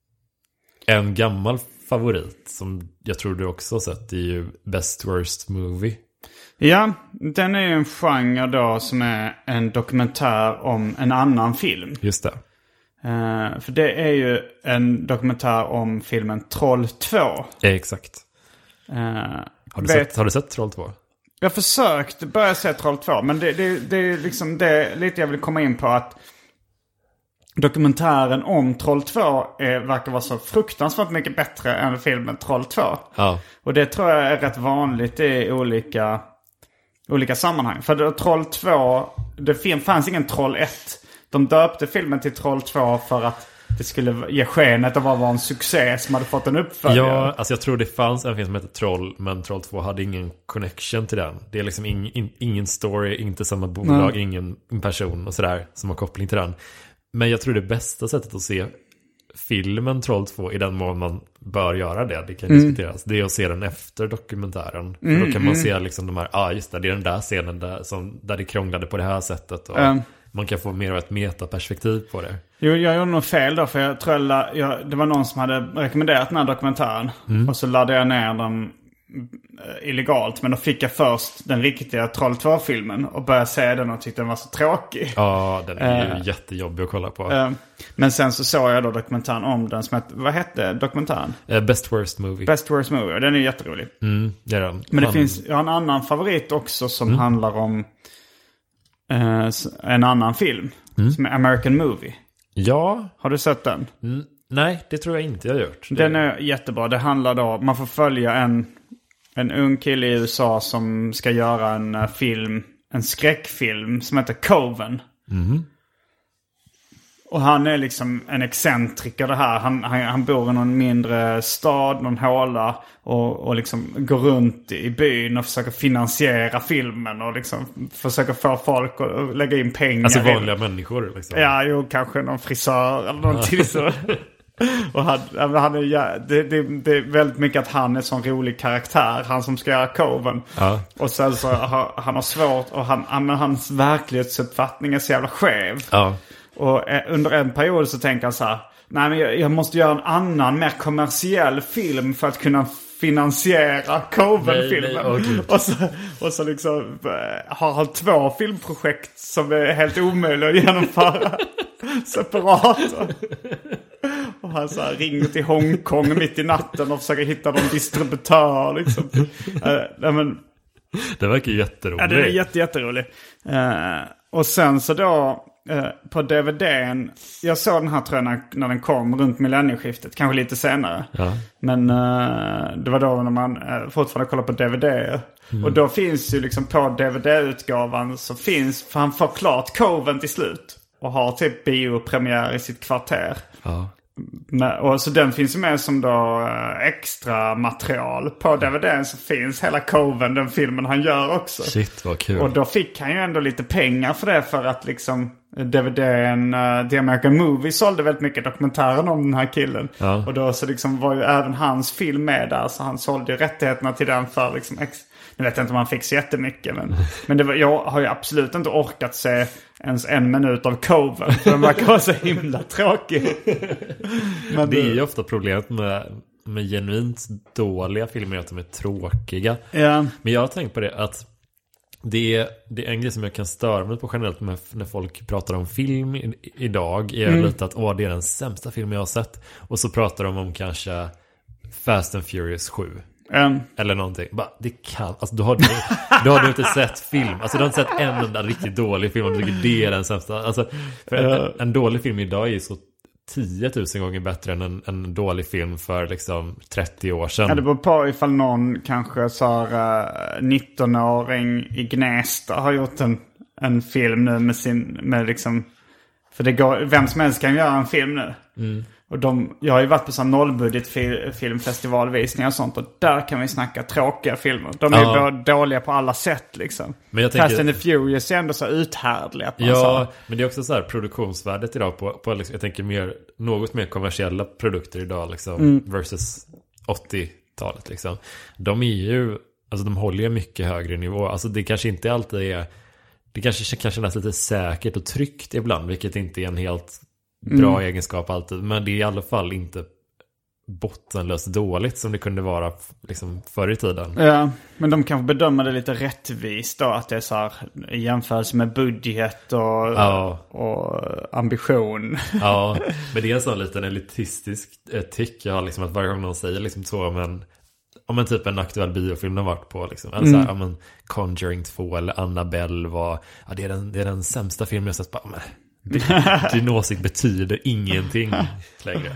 en gammal favorit som jag tror du också har sett är ju Best Worst Movie. Ja, den är ju en genre då som är en dokumentär om en annan film. Just det. Uh, för det är ju en dokumentär om filmen Troll två. Ja, exakt. Uh, har, du vet... sett, har du sett Troll två? Jag har försökt börja se Troll två, men det, det, det är liksom det lite jag vill komma in på, att dokumentären om Troll två är, verkar vara så fruktansvärt mycket bättre än filmen Troll två. Ja. Och det tror jag är rätt vanligt i olika, olika sammanhang. För det, Troll två, det fanns ingen Troll ett. De döpte filmen till Troll två för att det skulle ge skenet av att vara en succé som hade fått en uppföljare. Ja, alltså jag tror det fanns en film som heter Troll, men Troll två hade ingen connection till den. Det är liksom ing, in, ingen story, inte samma bolag, mm. ingen person och sådär som har koppling till den. Men jag tror det bästa sättet att se filmen Troll två, i den mån man bör göra det, det kan mm. diskuteras, det är att se den efter dokumentären. För mm, då kan man mm. se liksom de här, ja ah, just det, det är den där scenen där, som, där det krånglade på det här sättet och mm. man kan få mer av ett metaperspektiv på det. Jo, jag gjorde nog fel då, för jag tror jag, jag, det var någon som hade rekommenderat den här dokumentären. Mm. Och så laddade jag ner den illegalt, men då fick jag först den riktiga Troll två-filmen och började se den och tyckte den var så tråkig. Ja, den är ju uh, jättejobbig att kolla på. Uh, men sen så såg jag då dokumentären om den som hette, vad hette dokumentären? Uh, Best Worst Movie. Best Worst Movie, den är jätterolig. Mm, det är den. Men det Han... finns, jag har en annan favorit också som mm. handlar om uh, en annan film mm. som är American Movie. Ja. Har du sett den? Mm, nej, det tror jag inte jag har gjort. Den är jättebra. Det handlar då, man får följa en En ung kille i U S A som ska göra en uh, film en skräckfilm som heter Coven. Mm. Och han är liksom en excentriker det här. Han, han, han bor i någon mindre stad, någon håla. Och, och liksom går runt i byn och försöker finansiera filmen. Och liksom försöker få folk att lägga in pengar. Alltså vanliga i. människor liksom. Ja, jo, kanske någon frisör eller någonting så. Och han, han är, ja, det, det, det är väldigt mycket att han är en sån rolig karaktär. Han som ska göra Coven. Ja. Och sen så har han har svårt. Och han, hans verklighetsuppfattning är så jävla skev. Ja. Och under en period så tänker han så här: nej, men jag, jag måste göra en annan, mer kommersiell film för att kunna finansiera Coven-filmen. Oh, och, så, och så liksom har han två filmprojekt som är helt omöjliga att genomföra separat. Och han så här ringer till Hongkong mitt i natten och försöker hitta någon distributör liksom. uh, men, det verkar jätteroligt. Ja, det är jätte, jätteroligt. Uh, och sen så då uh, på D V D:n, jag såg den här tror jag när, när den kom runt millennieskiftet, kanske lite senare. Ja. Men uh, det var då när man uh, fortfarande kollar på D V D. Mm. Och då finns ju liksom på D V D-utgåvan så finns, för han får klart Coven till slut. Och har typ biopremiär i sitt kvarter. Ja. Men, och så den finns ju med som då extra material. På D V D så finns hela Coven, den filmen han gör också. Shit, vad kul. Och då fick han ju ändå lite pengar för det. För att liksom D V D:n, uh, The American Movie sålde väldigt mycket dokumentären om den här killen. Ja. Och då så liksom var ju även hans film med där. Så han sålde ju rättigheterna till den för liksom ex- nu vet jag inte om han fick så jättemycket. Men, men det var, jag har ju absolut inte orkat se ens en minut av Coven. För den verkar vara så himla tråkig. Men det är ju ofta problemet med, med genuint dåliga filmer, att de är tråkiga. Ja. Men jag har tänkt på det att det är, det är en grej som jag kan störa mig på generellt med när folk pratar om film i, idag. Är mm. lite att åh, det är den sämsta filmen jag har sett. Och så pratar de om kanske Fast and Furious sju. Mm. Eller någonting. Bara, det kan, alltså, då, har du, då har du inte sett film. Alltså du har inte sett en enda riktigt dålig film. Och du tycker det är den sämsta. Alltså, för en, en dålig film idag är ju så tio tusen gånger bättre än en, en dålig film för liksom trettio år sedan. Ja, det beror på ifall någon kanske så här, uh, nitton-åring i Gnesta har gjort en, en film nu med sin, med liksom, för det går, vem som helst kan göra en film nu. Mm. Och de, jag har ju varit på sån nollbudgetfilmfestivalvisningar och sånt. Och där kan vi snacka tråkiga filmer. De är ja. ju dåliga på alla sätt liksom. Men jag tänker, Fast and the Furious är ändå så uthärdliga. Ja, så. Men det är också så här produktionsvärdet idag på, på liksom, jag tänker mer, något mer kommersiella produkter idag liksom, mm. versus åttiotalet liksom. De är ju, alltså de håller ju mycket högre nivå. Alltså det kanske inte alltid är, det kanske kan kännas lite säkert och tryggt ibland, vilket inte är en helt bra mm. egenskap alltid, men det är i alla fall inte bottenlöst dåligt som det kunde vara liksom förr i tiden. Ja, men de kan bedöma det lite rättvist då, att det är så här i jämförelse med budget och, ja. och ambition. Ja, men det är en sån liten elitistisk tick jag har liksom, att varje gång någon säger liksom så om en, om en typ en aktuell biofilm de varit på liksom, eller mm. så här, om en Conjuring två eller Annabelle var, ja, det är den, det är den sämsta filmen jag sett på, men din åsikt betyder ingenting längre.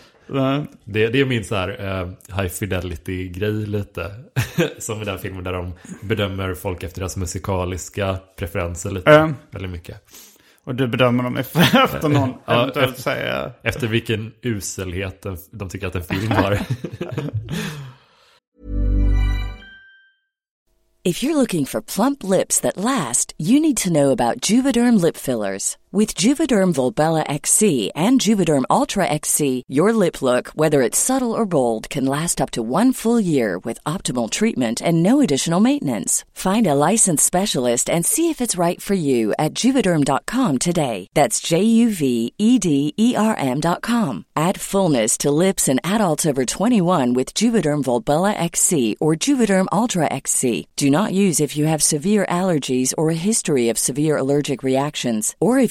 Det, det är min så här uh, high fidelity grej lite. Som i den filmen där de bedömer folk efter deras musikaliska preferenser lite, mm. väldigt mycket. Och du bedömer dem efter någon ja, eventuellt efter, säger efter vilken uselhet de tycker att en film har. If you're looking for plump lips that last, you need to know about Juvederm lip fillers. With Juvederm Volbella X C and Juvederm Ultra X C, your lip look, whether it's subtle or bold, can last up to one full year with optimal treatment and no additional maintenance. Find a licensed specialist and see if it's right for you at Juvederm dot com today. That's J U V E D E R M dot com. Add fullness to lips in adults over twenty-one with Juvederm Volbella X C or Juvederm Ultra X C. Do not use if you have severe allergies or a history of severe allergic reactions, or if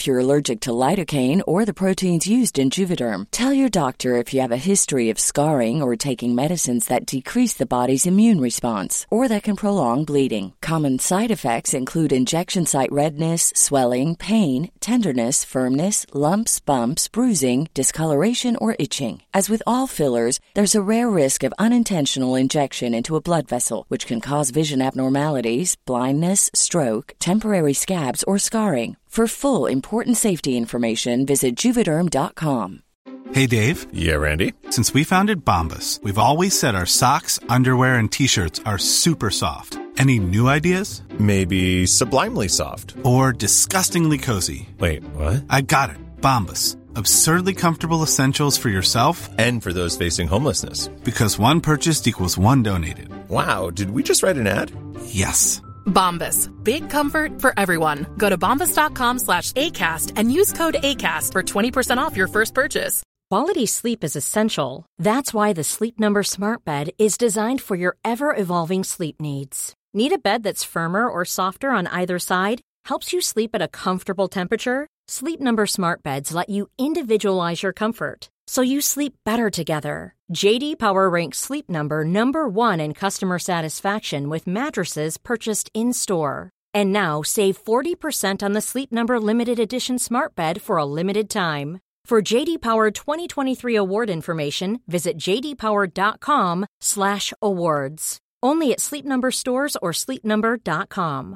you're allergic to lidocaine or the proteins used in Juvederm. Tell your doctor if you have a history of scarring or taking medicines that decrease the body's immune response or that can prolong bleeding. Common side effects include injection site redness, swelling, pain, tenderness, firmness, lumps, bumps, bruising, discoloration, or itching. As with all fillers, there's a rare risk of unintentional injection into a blood vessel, which can cause vision abnormalities, blindness, stroke, temporary scabs, or scarring. For full, important safety information, visit Juvederm dot com. Hey, Dave. Yeah, Randy. Since we founded Bombas, we've always said our socks, underwear, and T-shirts are super soft. Any new ideas? Maybe sublimely soft. Or disgustingly cozy. Wait, what? I got it. Bombas. Absurdly comfortable essentials for yourself and for those facing homelessness. Because one purchased equals one donated. Wow, did we just write an ad? Yes. Bombas. Big comfort for everyone. Go to bombas.com slash ACAST and use code ACAST for twenty percent off your first purchase. Quality sleep is essential. That's why the Sleep Number Smart Bed is designed for your ever-evolving sleep needs. Need a bed that's firmer or softer on either side? Helps you sleep at a comfortable temperature? Sleep Number Smart Beds let you individualize your comfort, so you sleep better together. J D Power ranks Sleep Number number one in customer satisfaction with mattresses purchased in-store. And now, save forty percent on the Sleep Number Limited Edition Smart Bed for a limited time. For J D Power twenty twenty-three award information, visit jdpower.com slash awards. Only at Sleep Number stores or sleep number dot com.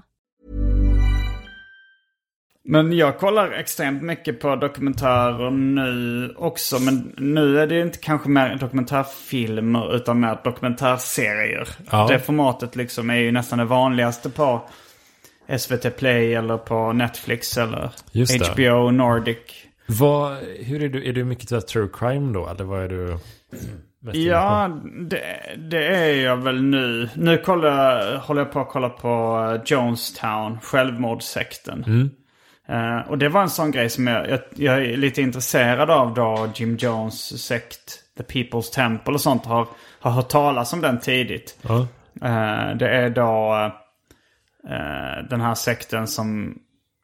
Men jag kollar extremt mycket på dokumentärer nu också. Men nu är det inte kanske mer dokumentärfilmer utan mer dokumentärserier. Ja. Det formatet liksom är ju nästan det vanligaste på S V T Play eller på Netflix eller H B O Nordic. Vad, hur är du? Är du mycket till true crime då? Eller vad är du mest Ja, det, det är jag väl nu. Nu kollar, håller jag på att kolla på Jonestown, självmordssekten. Mm. Uh, och det var en sån grej som jag, jag, jag är lite intresserad av då. Jim Jones sekt, The People's Temple och sånt har, har hört talas om den tidigt. Ja. Uh, det är då uh, den här sekten som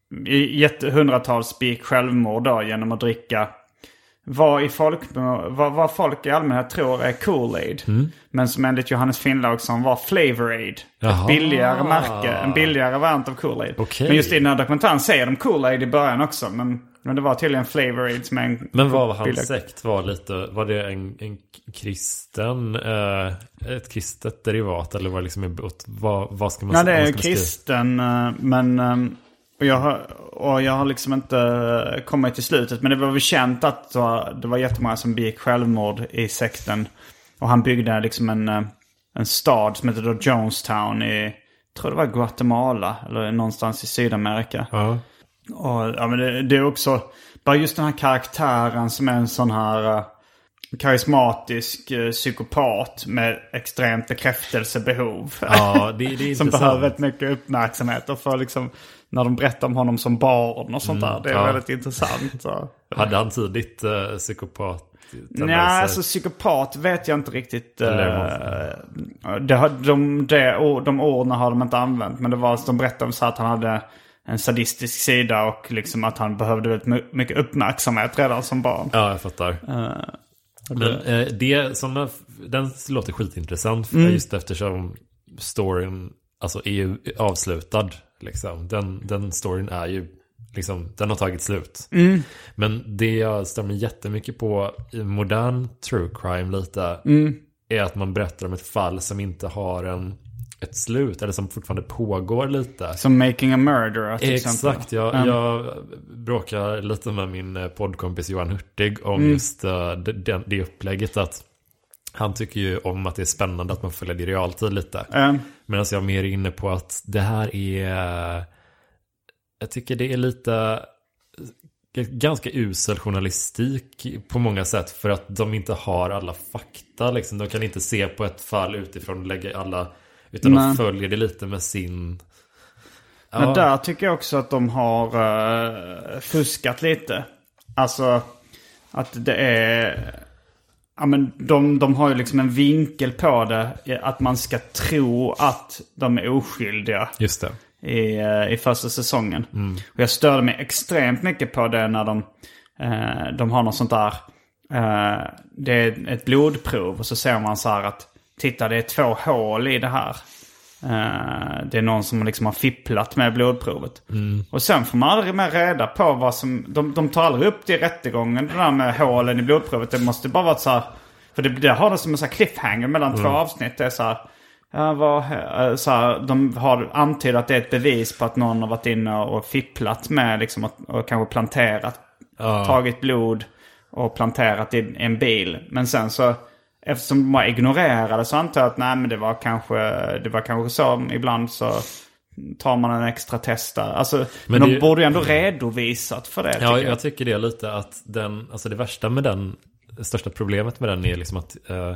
i hundratals begick självmord då, genom att dricka vad, i folk, vad, vad folk i allmänhet tror är Kool-Aid. Mm. Men som enligt Johannes Finnlaugsson var Flavor Aid. Ett billigare märke, en billigare variant av Kool-Aid. Okay. Men just i den här dokumentären säger de Kool-Aid i början också. Men, men det var tydligen Flavor Aid som är en... Men vad var hans sekt? Var, lite, var det en, en kristen, eh, ett kristet derivat? Eller var det liksom en, vad, vad ska man säga? Ja, det är kristen, uh, men... Um, Och jag, har, och jag har liksom inte kommit till slutet. Men det var väl känt att det var jättemånga som begick självmord i sekten. Och han byggde liksom en, en stad som heter då Jonestown i, jag tror det var Guatemala. Eller någonstans i Sydamerika. Ja. Och ja, men det, det är också bara just den här karaktären som är en sån här uh, karismatisk uh, psykopat med extremt bekräftelsebehov. Ja, det, det är som behöver rätt mycket uppmärksamhet och för liksom... När de berättar om honom som barn och sånt där. Mm, det är ja. väldigt intressant. Så. Hade han tidigt uh, psykopat? Nej, alltså psykopat vet jag inte riktigt. Uh, det har, de, det, de orden har de inte använt. Men det var, de berättade om så att han hade en sadistisk sida. Och liksom att han behövde väldigt mycket uppmärksamhet redan som barn. Ja, jag fattar. Uh, men uh, det, såna, den låter skitintressant. Mm. Just eftersom storyn alltså, är ju avslutad. Liksom. Den, den storyn är ju liksom, den har tagit slut. Mm. Men det jag stämmer jättemycket på i modern true crime lite mm. är att man berättar om ett fall som inte har en, ett slut eller som fortfarande pågår lite. Som Making a Murderer till exempel. Exakt, jag, mm. jag bråkar lite med min poddkompis Johan Hurtig om mm. just uh, det, det upplägget att han tycker ju om att det är spännande att man följer det i realtid lite. Mm. Medan jag är mer inne på att det här är... Jag tycker det är lite... Ganska usel journalistik på många sätt. För att de inte har alla fakta. Liksom. De kan inte se på ett fall utifrån och lägga alla... Utan Nej. de följer det lite med sin... Men ja. Där tycker jag också att de har uh, fuskat lite. Alltså att det är... Ja, men de, de har ju liksom en vinkel på det. Att man ska tro att de är oskyldiga. Just det. i, i första säsongen. Mm. Och jag störde mig extremt mycket på det när de, eh, de har något sånt där. Eh, det är ett blodprov och så ser man så här att titta, det är två hål i det här. Uh, det är någon som liksom har fipplat med blodprovet. Mm. Och sen får man aldrig mer reda på vad som... De, de tar aldrig upp det i rättegången, det där med hålen i blodprovet. Det måste bara vara så här... För det, det har det som en så här cliffhanger mellan mm. två avsnitt. Det är så här... Ja, vad, så här de har antytt att det är ett bevis på att någon har varit inne och fipplat med liksom, och, och kanske planterat. Uh. Tagit blod och planterat i en bil. Men sen så... Eftersom man ignorerade så antar jag att nej, men det var kanske det var kanske så ibland så tar man en extra test där. Alltså, men de det, borde ju ändå redovisat för det. Ja, jag. jag tycker det är lite att den, alltså det värsta med den, det största problemet med den är liksom att uh,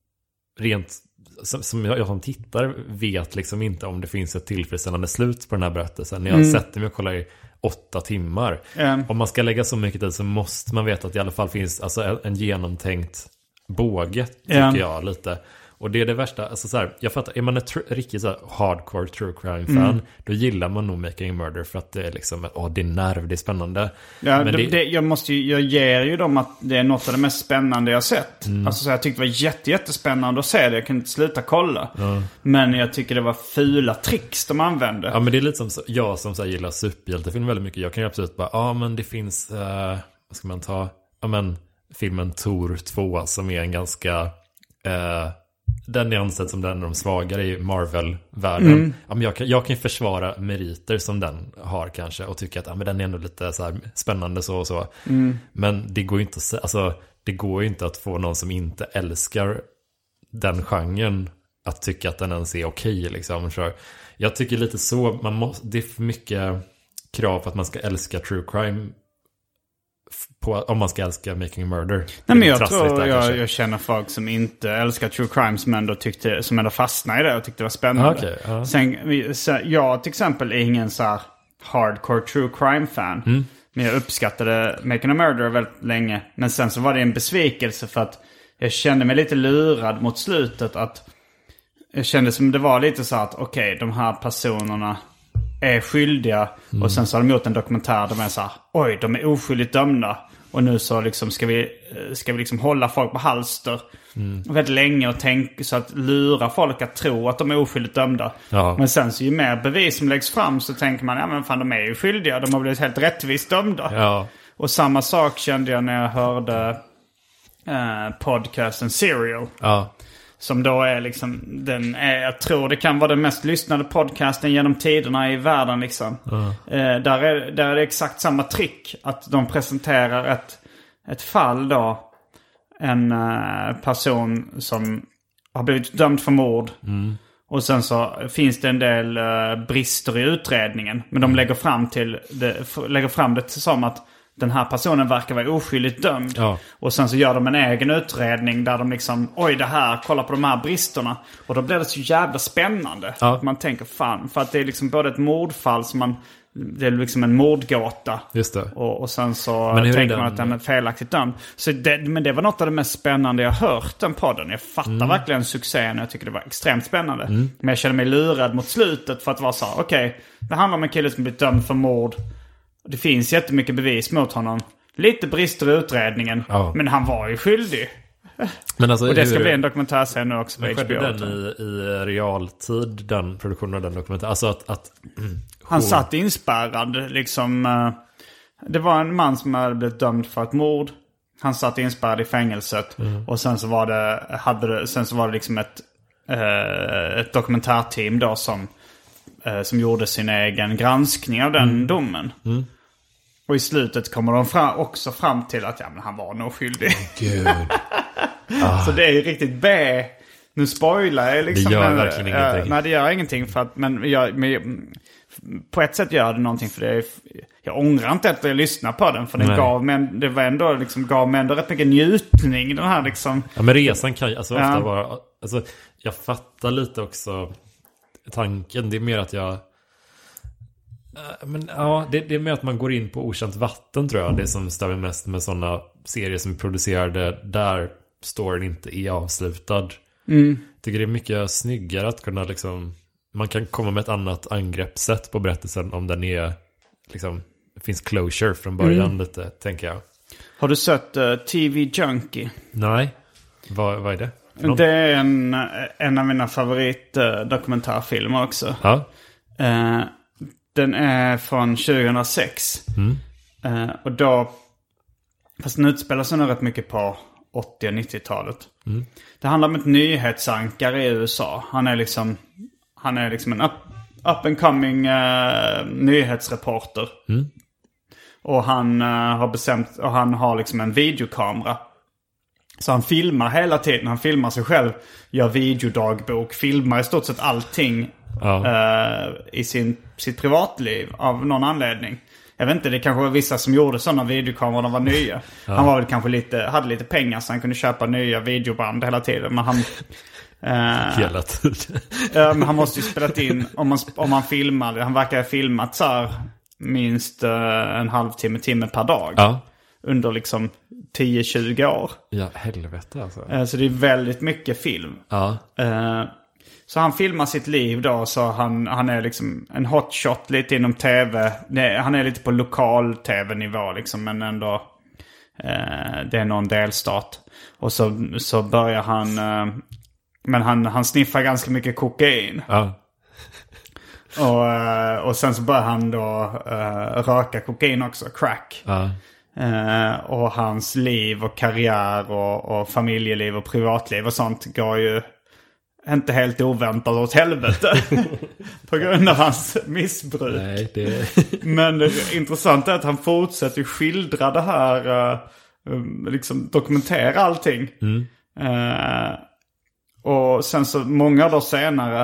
rent som, som jag, jag som tittar vet liksom inte om det finns ett tillfredsställande slut på den här berättelsen. Jag mm. sätter mig och kollar i åtta timmar. Mm. Om man ska lägga så mycket tid så måste man veta att det i alla fall finns alltså en, en genomtänkt båge, tycker yeah. jag lite. Och det är det värsta, alltså så här, jag fattar, är man en tr- riktigt så här hardcore true crime fan, mm. då gillar man nog Making a Murder för att det är liksom, åh, det är nerv, det är spännande. Ja, men det, det... Det, jag måste ju, jag ger ju dem att det är något av det mest spännande jag sett. Mm. Alltså så jag tyckte det var jätte, jättespännande att se det, jag kunde inte sluta kolla. Mm. Men jag tycker det var fula tricks de använde. Ja, men det är lite som, jag som så här, gillar superhjältefilm väldigt mycket, jag kan ju absolut bara, ja men det finns, uh, vad ska man ta, ja men filmen Thor två som är en ganska eh, den är ansedd som den av de svagare i Marvel-världen. Mm. Ja, men jag, kan, jag kan försvara meriter som den har kanske och tycka att ja, men den är ändå lite så här spännande så och så. Mm. Men det går ju inte att, alltså, det går ju inte att få någon som inte älskar den genren att tycka att den ens är okej liksom. Så jag tycker lite så, man måste, det är för mycket krav på att man ska älska true crime på, om man ska älska Making a Murder. Nej, men jag tror där, jag, jag känner folk som inte älskar true crime som ändå, tyckte, som ändå fastnade i det och tyckte det var spännande. Ah, okay, uh. Sen, så, jag till exempel är ingen så här hardcore true crime fan. Mm. Men jag uppskattade Making a Murder väldigt länge. Men sen så var det en besvikelse för att jag kände mig lite lurad mot slutet. Att jag kände som det var lite så att okej, okay, de här personerna är skyldiga. Mm. Och sen så har de gjort en dokumentär där de är så här, oj, de är oskyldigt dömda. Och nu så liksom ska vi, ska vi liksom hålla folk på halster mm. väldigt länge och tänka så att lura folk att tro att de är oskyldigt dömda. Ja. Men sen så ju mer bevis som läggs fram så tänker man, ja men fan, de är ju skyldiga. De har blivit helt rättvist dömda. Ja. Och samma sak kände jag när jag hörde eh, podcasten Serial. Ja. Som då är liksom, den är, jag tror det kan vara den mest lyssnade podcasten genom tiderna i världen liksom. Mm. Eh, där, är, där är det exakt samma trick. Att de presenterar ett, ett fall då. En eh, person som har blivit dömd för mord. Mm. Och sen så finns det en del eh, brister i utredningen. Men de lägger fram, till det, lägger fram det som att den här personen verkar vara oskyldigt dömd. Ja. Och sen så gör de en egen utredning där de liksom, oj det här, kolla på de här bristerna. Och då blir det så jävla spännande. Ja. Att man tänker, fan, för att det är liksom både ett mordfall som man, det är liksom en mordgåta. Just det. Och, och sen så tänker den... man att den är felaktigt dömd. Så det, men det var något av det mest spännande jag hört den podden. Jag fattar mm. verkligen succén och jag tycker det var extremt spännande. Mm. Men jag kände mig lurad mot slutet för att vara så här, okej, okay, det handlar om en kille som blir dömd för mord. Det finns jättemycket bevis mot honom. Lite brister i utredningen. Ja. Men han var ju skyldig. Men alltså, och det ska hur... bli en dokumentärserie nu också på H B O. Men den i, i realtid, den produktionen av den dokumentären? Alltså att... att mm, han satt inspärrad liksom. Uh, det var en man som hade blivit dömd för ett mord. Han satt inspärrad i fängelset. Mm. Och sen så var det, hade det, sen så var det liksom ett, uh, ett dokumentärteam då som... som gjorde sin egen granskning av den mm. domen. Mm. Och i slutet kommer de fram, också fram till att ja, men han var nog skyldig. Gud. Ah. Så det är ju riktigt B. Nu spoilar jag liksom. Det gör men, verkligen äh, ingenting. Nej, det gör ingenting för att, men, jag, men på ett sätt gör det någonting för det är, jag ångrar inte att jag lyssnar på den för den gav mig, det var ändå liksom, gav mig ändå rätt mycket njutning den här liksom. Ja, men resan kan ju alltså ofta ja. vara, alltså jag fattar lite också tanken, det är mer att jag men ja, det, det är mer att man går in på okänt vatten tror jag. Det som stör mig mest med sådana serier som är producerade där storyn inte är avslutad. Mm. Tycker det är mycket snyggare att kunna liksom man kan komma med ett annat angreppssätt på berättelsen om den är liksom, det finns closure från början mm. lite, tänker jag. Har du sett uh, T V Junkie? Nej, vad, vad är det? Det är en, en av mina favorit uh, dokumentärfilmer också. Ja. Uh, den är från tjugohundrasex. Mm. Uh, och då, fast den utspelar sig nog rätt mycket på åttio- och nittiotalet. Mm. Det handlar om ett nyhetsankare i U S A. Han är liksom, han är liksom en up, up and coming uh, nyhetsreporter. Mm. Och han uh, har bestämt, och han har liksom en videokamera. Så han filmar hela tiden. Han filmar sig själv, gör videodagbok, filmar i stort sett allting ja. uh, i sin, sitt privatliv av någon anledning. Jag vet inte, det kanske var vissa som gjorde sådana videokameror, de var nya. Ja. Han var väl kanske lite, hade lite pengar så han kunde köpa nya videoband hela tiden. Men han... Uh, hela tiden. uh, men han måste ju spelat in, om man, om man filmar, han verkar ha filmat så här minst uh, en halvtimme, timme per dag. Ja. Under liksom tio till tjugo år. Ja, helvete alltså. Uh, så det är väldigt mycket film. Ja. Uh, Så han filmar sitt liv då, så han, han är liksom en hotshot lite inom tv. Det, han är lite på lokal tv-nivå liksom, men ändå eh, det är någon delstat. Och så, så börjar han, eh, men han, han sniffar ganska mycket kokain. Ja. Och, eh, och sen så börjar han då eh, röka kokain också, crack. Ja. Eh, och hans liv och karriär och, och familjeliv och privatliv och sånt går ju inte helt oväntat åt helvete på grund av hans missbruk. Nej, det... Men det intressanta är att han fortsätter skildra det här, uh, liksom dokumentera allting. Mm. Uh, och sen så många år senare,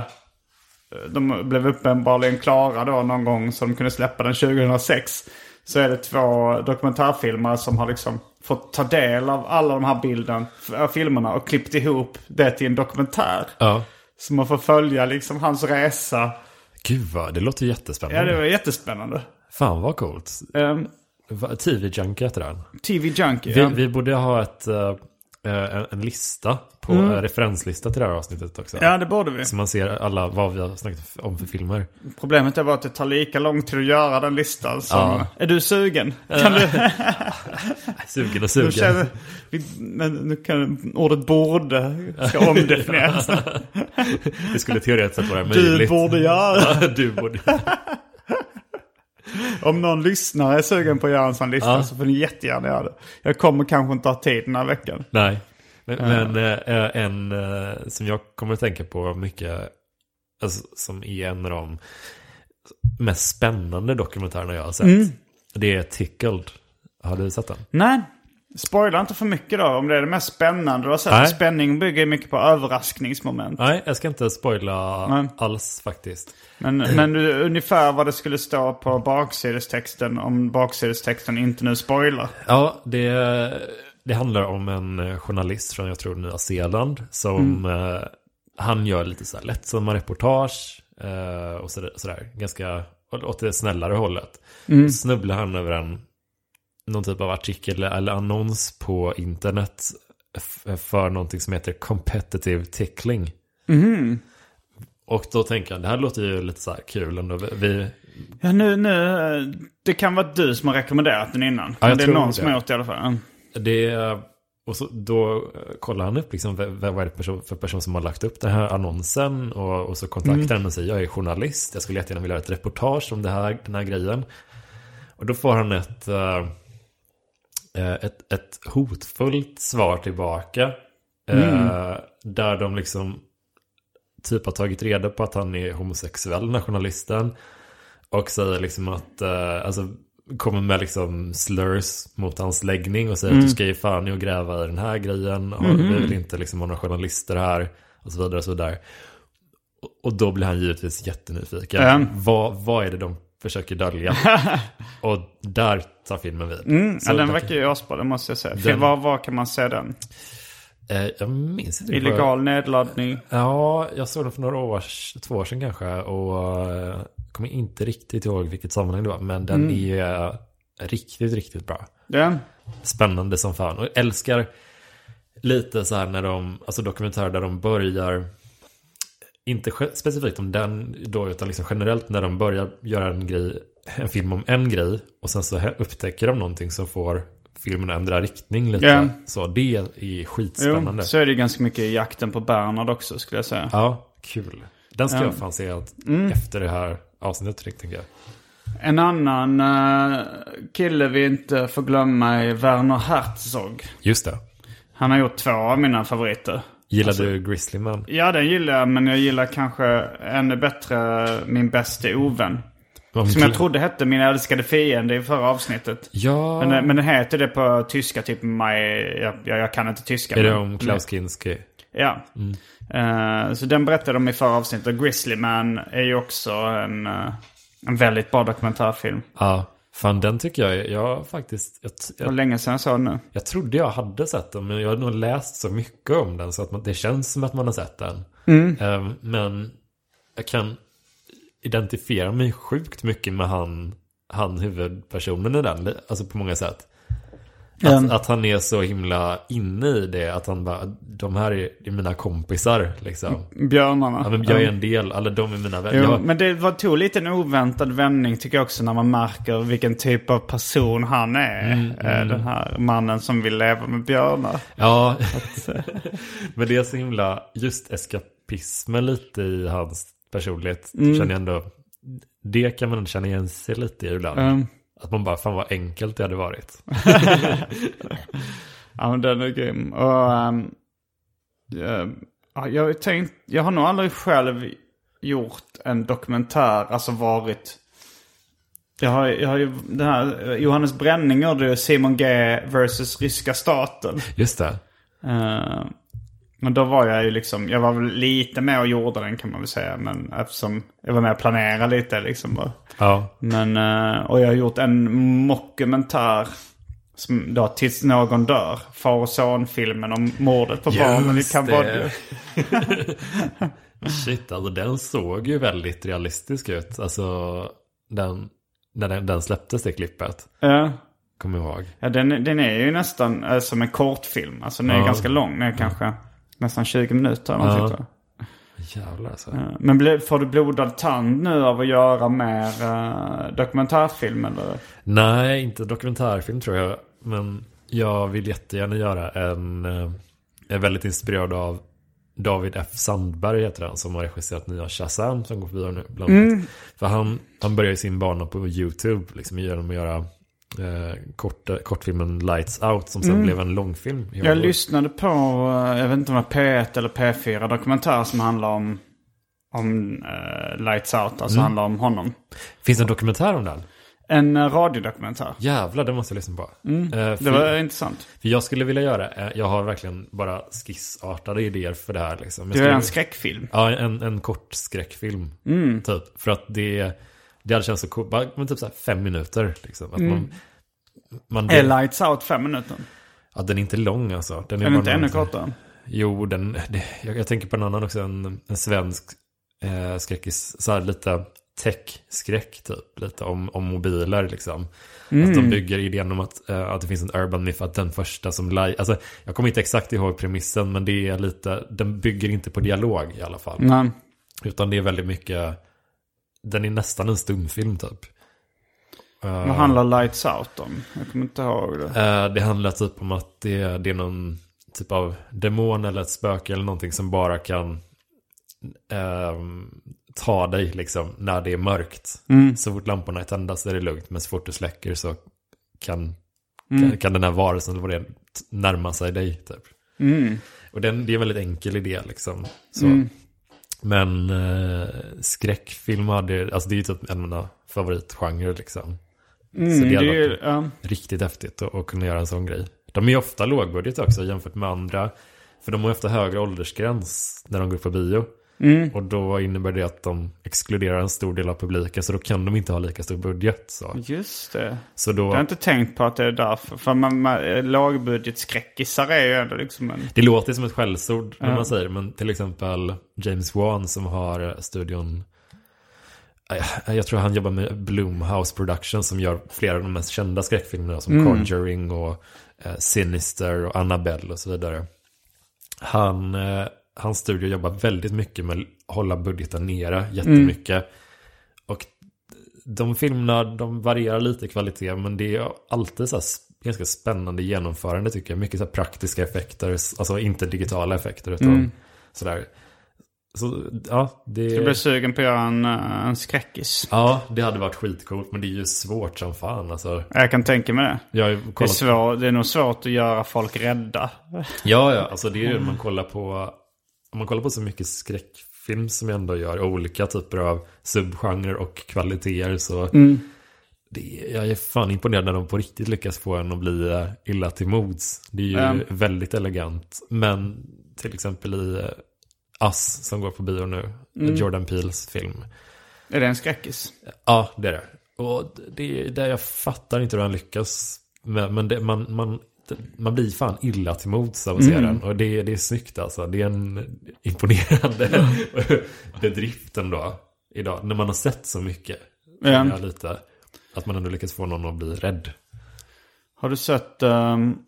de blev uppenbarligen klara då någon gång så de kunde släppa den tjugohundrasex. Så är det två dokumentärfilmer som har liksom fått ta del av alla de här bilden, filmerna och klippt ihop det till en dokumentär. Ja. Så man får följa liksom hans resa. Gud vad, det låter jättespännande. Ja, det var jättespännande. Fan vad coolt. Um, T V Junkie heter den. T V Junkie, vi, ja. vi borde ha ett, uh, en, en lista på mm. uh, referenslista till det här avsnittet också. Ja, det borde vi. Så man ser alla vad vi har snackat om för filmer. Problemet är bara att det tar lika lång tid att göra den listan som... Ja. Är du sugen? Kan du... sugen och sugen. Känner... Men nu kan ordet borde ska omdefinieras. Det skulle teoretiskt sett vara möjligt. Du borde göra. Ja, du borde. Om någon lyssnare är sugen på att göra en sån lista, ja. så får ni jättegärna göra det. Jag kommer kanske inte ha tid den här veckan. Nej. Men, mm. men äh, en äh, som jag kommer att tänka på mycket, alltså, som är en av de mest spännande dokumentärerna jag har sett. Mm. Det är Tickled. Har du sett den? Nej. Spoila inte för mycket då, om det är det mest spännande du har sett. Nej. Spänning bygger mycket på överraskningsmoment. Nej, jag ska inte spoila Nej. alls faktiskt. Men, men du, ungefär vad det skulle stå på baksidestexten om baksidestexten inte nu spoilar. Ja, det, det handlar om en journalist från, jag tror, Nya Zeeland. Som mm. eh, han gör lite så här lättsamma reportage eh, och sådär, sådär. Ganska åt det snällare hållet. Mm. Snubblar han över en någon typ av artikel eller annons på internet f- för någonting som heter competitive tickling. Mm. Och då tänker jag, det här låter ju lite så här kul ändå. Vi... Ja, nu, nu, det kan vara du som har rekommenderat den innan. Ja, det är någon det. som har gjort det i alla fall. Det, och så, då kollar han upp liksom, vad är det person, för person som har lagt upp den här annonsen. Och, och så kontaktar mm. han och säger, jag är journalist. Jag skulle jättegärna vilja göra ett reportage om det här, den här grejen. Och då får han ett... Uh, Ett, ett hotfullt svar tillbaka mm. eh, där de liksom typ har tagit reda på att han är homosexuell, den här journalisten, och säger liksom att eh, alltså kommer med liksom slurs mot hans läggning och säger mm. att du ska ju fan och gräva i den här grejen och mm. vi vill inte liksom ha några journalister här och så vidare och så vidare. Och, och då blir han givetvis jättenyfiken. Mm. Vad, vad är det de försöker dölja? Och där tar filmen vid. Mm, ja, den verkar ju asbra, det måste jag säga. Den... Var, var kan man se den? Eh, jag minns inte. Illegal nedladdning. Ja, jag såg den för några år, två år sedan kanske. Och eh, kommer inte riktigt ihåg vilket sammanhang det var. Men den mm. är eh, riktigt, riktigt bra. Den? Spännande som fan. Och jag älskar lite så här när de, alltså dokumentärer där de börjar inte specifikt om den då, utan liksom generellt när de börjar göra en grej, en film om en grej och sen så upptäcker de någonting som får filmen att ändra riktning lite. Yeah. Så det är skitspännande. Jo, så är det ganska mycket i Jakten på Bernhard också, skulle jag säga. Ja, kul. Den ska ja. jag fan se mm. efter det här avsnittet, tänker jag. En annan uh, kille vi inte får glömma är Werner Herzog. Just det. Han har gjort två av mina favoriter. Gillar alltså, du Grizzly Man? Ja, den gillar jag, men jag gillar kanske ännu bättre Min bästa ovän. Som jag trodde hette Min älskade fiende i förra avsnittet. Ja. Men, men den heter det på tyska, typ my, jag, jag kan inte tyska. Är det om Klaus Kinski? Ja. Mm. Uh, så den berättade de i förra avsnittet. Och Grizzly Man är ju också en, uh, en väldigt bra dokumentärfilm. Ja, fan den tycker jag, jag faktiskt... Jag, jag, Hur länge sedan jag sa nu? Jag trodde jag hade sett den, men jag har nog läst så mycket om den så att man, det känns som att man har sett den. Mm. Uh, men jag kan identifiera mig sjukt mycket med han, han huvudpersonen i den, alltså på många sätt. Att, mm. att han är så himla inne i det, att han bara, de här är, är mina kompisar liksom. Björnarna. Ja, men jag är en del, alla de är mina vänner. Jag... Men det var tog lite en oväntad vändning tycker jag också, när man märker vilken typ av person han är. Mm, mm. Den här mannen som vill leva med björnar. Ja, men det är så himla, just eskapismen lite i hans personlighet, mm. känner jag ändå, det kan man känna igen sig lite i ibland. Mm. Att man bara, fan vad enkelt det hade varit. Ja, men den är grym. Och, um, jag, jag, tänkt, jag har nog aldrig själv gjort en dokumentär, alltså varit... Jag har, jag har ju den här, Johannes Bränning gjorde Simon G versus ryska staten. Just det. Uh, men då var jag ju liksom, jag var väl lite med och gjorde den, kan man väl säga. Men eftersom jag var med och planerade lite liksom bara. Ja. Men, och jag har gjort en mockumentär som då Tills någon dör. Far och son-filmen om mordet på barnen i Kambodja. Shit, alltså den såg ju väldigt realistisk ut. Alltså den, när den, den släpptes det klippet. Ja. Kommer jag ihåg. Ja, den, den är ju nästan äh, som en kortfilm. Alltså den är ja. ganska lång. Den är kanske ja. nästan tjugo minuter. Ja. Jävlar alltså. Men bli, får du blodad tand nu av att göra mer uh, dokumentärfilm eller? Nej, inte dokumentärfilm tror jag. Men jag vill jättegärna göra en, uh, är väldigt inspirerad av David F. Sandberg heter han, som har regisserat nya Shazam som går vidare nu bland annat. Mm. För han, han började sin bana på YouTube liksom, genom att göra Eh, kort, kortfilmen Lights Out som sen mm. blev en långfilm. Jag, jag lyssnade på, jag vet inte om det var P ett eller P fyra dokumentär som handlar om om uh, Lights Out, alltså mm. handlar om honom. Finns det en dokumentär om den? En uh, radiodokumentär. Jävlar, det måste jag lyssna på. Mm. Uh, för, det var intressant. För jag skulle vilja göra, uh, jag har verkligen bara skissartade idéer för det här liksom. Det är en skräckfilm. Ja, en, en kort skräckfilm mm. typ. För att det Det hade känts så coolt, bara men typ så här fem minuter liksom. Att mm. man, man är Lights Out fem minuter? Ja, den är inte lång alltså. Den är, är inte ännu kortare? Jo, den, det, jag, jag tänker på en annan också, en, en svensk eh, skräckis, så här lite tech-skräck typ, lite om, om mobiler liksom. Mm. Att de bygger idén om att, eh, att det finns en urban myth, att den första som live, alltså jag kommer inte exakt ihåg premissen, men det är lite, den bygger inte på dialog i alla fall. Mm. Utan det är väldigt mycket, den är nästan en stumfilm typ. Vad uh, handlar Lights Out om? Jag kommer inte ihåg det. Uh, det handlar typ om att det, det är någon typ av demon eller ett spöke eller någonting som bara kan uh, ta dig liksom när det är mörkt. Mm. Så fort lamporna är tända så är det lugnt, men så fort du släcker så kan, mm. kan, kan den här varelsen eller vad det är närma sig dig typ. Mm. Och den, det är en väldigt enkel idé liksom. Så. Mm. Men uh, skräckfilm hade, alltså det är ju typ en av mina favoritgenrer liksom. Mm, så det, det är är ja. riktigt häftigt att, att kunna göra en sån grej. De är ju ofta lågbudget också jämfört med andra. För de har ju ofta högre åldersgräns när de går på bio. Mm. Och då innebär det att de exkluderar en stor del av publiken. Så då kan de inte ha lika stor budget. Så. Just det. Så då, jag har inte tänkt på att det är därför. För man, man, lågbudgetskräckisar är ju ändå liksom en... Det låter som ett skällsord när ja. man säger. Men till exempel James Wan som har studion... Jag tror han jobbar med Blumhouse Productions som gör flera av de mest kända skräckfilmerna som mm. Conjuring och eh, Sinister och Annabelle och så vidare. Han, eh, hans studio jobbar väldigt mycket med att hålla budgeten nere jättemycket. Mm. Och de filmerna, de varierar lite i kvalitet, men det är alltid så här ganska spännande genomförande tycker jag. Mycket så här praktiska effekter, alltså inte digitala effekter utan mm. sådär. Så, ja, det... Ska du bli sugen på att göra en, en skräckis? Ja, det hade varit skitcoolt, men det är ju svårt som fan. Alltså. Jag kan tänka mig det. Jag har kollat... det, är svår, det är nog svårt att göra folk rädda. Ja, ja, alltså det är ju man kollar på... Om man kollar på så mycket skräckfilm som jag ändå gör, olika typer av subgenrer och kvaliteter, så... Mm. Det, jag är fan imponerad när de på riktigt lyckas få en att bli illa till mods. Det är ju mm. väldigt elegant. Men till exempel i... Us som går på bio nu, mm. Jordan Peels film. Är det en skräckis? Ja, det är det. Och det är där jag fattar inte hur han lyckas med, men det, man, man, man blir fan illa till mods av att se mm. den. Och det, det är snyggt alltså. Det är en imponerande bedrift ändå idag. När man har sett så mycket. Ja. Lite, att man ändå lyckas få någon att bli rädd. Har du sett um,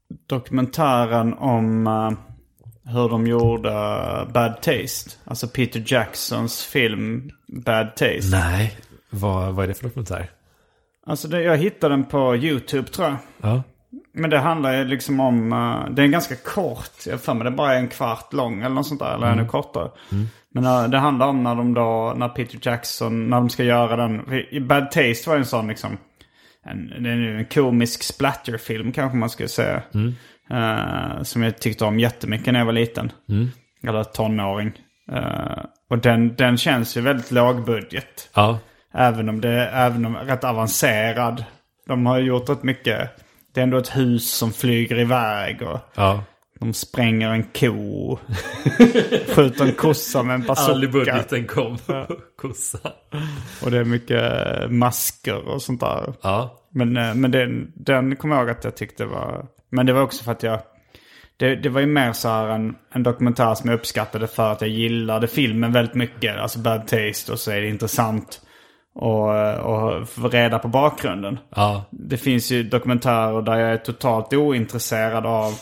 dokumentären om... Uh... hur de gjorde Bad Taste? Alltså Peter Jacksons film Bad Taste. Nej, vad, vad är det för dokumentär? Alltså det, jag hittade den på YouTube tror jag. Ja. Men det handlar ju liksom om... Uh, det är en ganska kort... Jag för mig det är bara en kvart lång eller något sånt där. Eller mm. ännu kortare. Mm. Men uh, det handlar om när de då... När Peter Jackson... När de ska göra den... Bad Taste var en sån liksom... En, en, en komisk splatterfilm kanske man skulle säga. Mm. Uh, som jag tyckte om jättemycket när jag var liten. Mm. Eller tonåring. Uh, och den, den känns ju väldigt lågbudget. Ja. Även om det är även om rätt avancerad. De har gjort rätt mycket. Det är ändå ett hus som flyger iväg. Och ja. De spränger en ko. Skjuter en kossa med en bazooka. All i budgeten kom på kossa. Och det är mycket masker och sånt där. Ja. Men, men den, den kommer jag ihåg att jag tyckte var... Men det var också för att jag... Det, det var ju mer så här en, en dokumentär som jag uppskattade för att jag gillade filmen väldigt mycket. Alltså Bad Taste, och så är det intressant och, och få reda på bakgrunden. Ja. Det finns ju dokumentärer där jag är totalt ointresserad av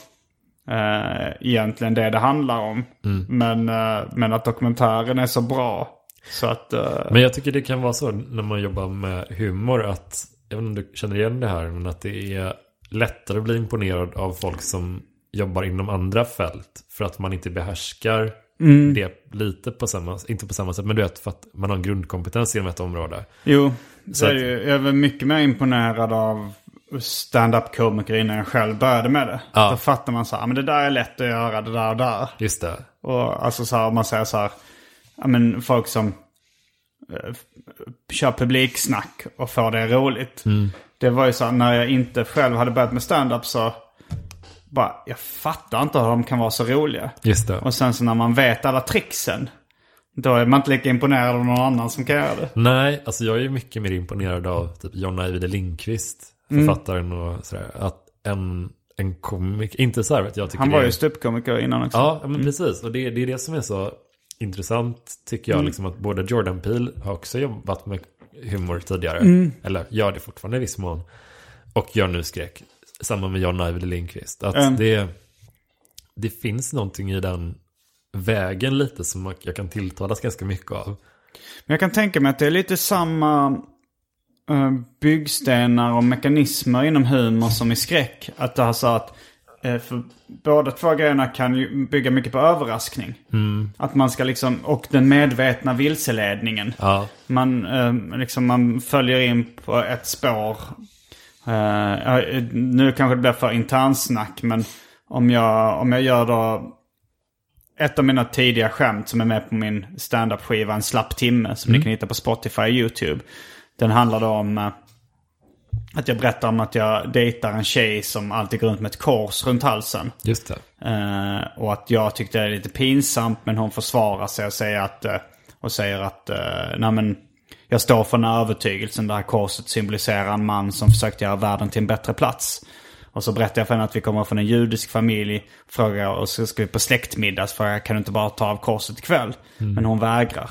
eh, egentligen det det handlar om. Mm. Men, eh, men att dokumentären är så bra. Så att, eh... Men jag tycker det kan vara så när man jobbar med humor att... Jag vet inte om du känner igen det här, men att det är lättare att bli imponerad av folk som jobbar inom andra fält för att man inte behärskar mm. det lite på samma, inte på samma sätt, men du vet för att man har en grundkompetens inom ett område. Jo, så är det ju. Jag är mycket mer imponerad av stand-up-komiker innan jag själv började med det. Ja. Då fattar man så här, men det där är lätt att göra, det där och där. Just det. Och alltså så här, om man säger så här, ja men folk som kör publiksnack och får det roligt. Mm. Det var ju så när jag inte själv hade börjat med stand-up så bara, jag fattar inte hur de kan vara så roliga. Just det. Och sen så när man vet alla tricksen, då är man inte lika imponerad av någon annan som kan göra det. Nej, alltså jag är ju mycket mer imponerad av typ John Ajvide Lindqvist, författaren mm. och sådär. Att en, en komik, inte så här vet jag tycker han var det... ju ståuppkomiker innan också. Ja, men mm. precis. Och det, det är det som är så intressant tycker jag, mm. liksom att både Jordan Peele har också jobbat med humor tidigare, mm. eller gör det fortfarande i viss mån, och gör nu skräck, samma med John Ajvide Lindqvist, att mm. det, det finns någonting i den vägen lite som jag kan tilltalas ganska mycket av. Men jag kan tänka mig att det är lite samma uh, byggstenar och mekanismer inom humor som i skräck, att det har så att för båda två grejerna kan ju bygga mycket på överraskning. Mm. Att man ska liksom, och den medvetna vilseledningen. Ja. Man, eh, liksom, man följer in på ett spår. Eh, nu kanske det blir för internsnack, men om jag, om jag gör då ett av mina tidiga skämt som är med på min stand-up-skiva, En slapp timme, som mm. ni kan hitta på Spotify och YouTube. Den handlar då om... Eh, att jag berättar om att jag dejtar en tjej som alltid går runt med ett kors runt halsen. Just det. Uh, och att jag tyckte det är lite pinsamt, men hon försvarar sig och säger att, uh, och säger att uh, nej men, jag står för den här övertygelsen. Det här korset symboliserar en man som försökte göra världen till en bättre plats. Och så berättar jag för henne att vi kommer från en judisk familj. Frågar, och så ska vi på släktmiddag. För jag kan inte bara ta av korset ikväll. Mm. Men hon vägrar.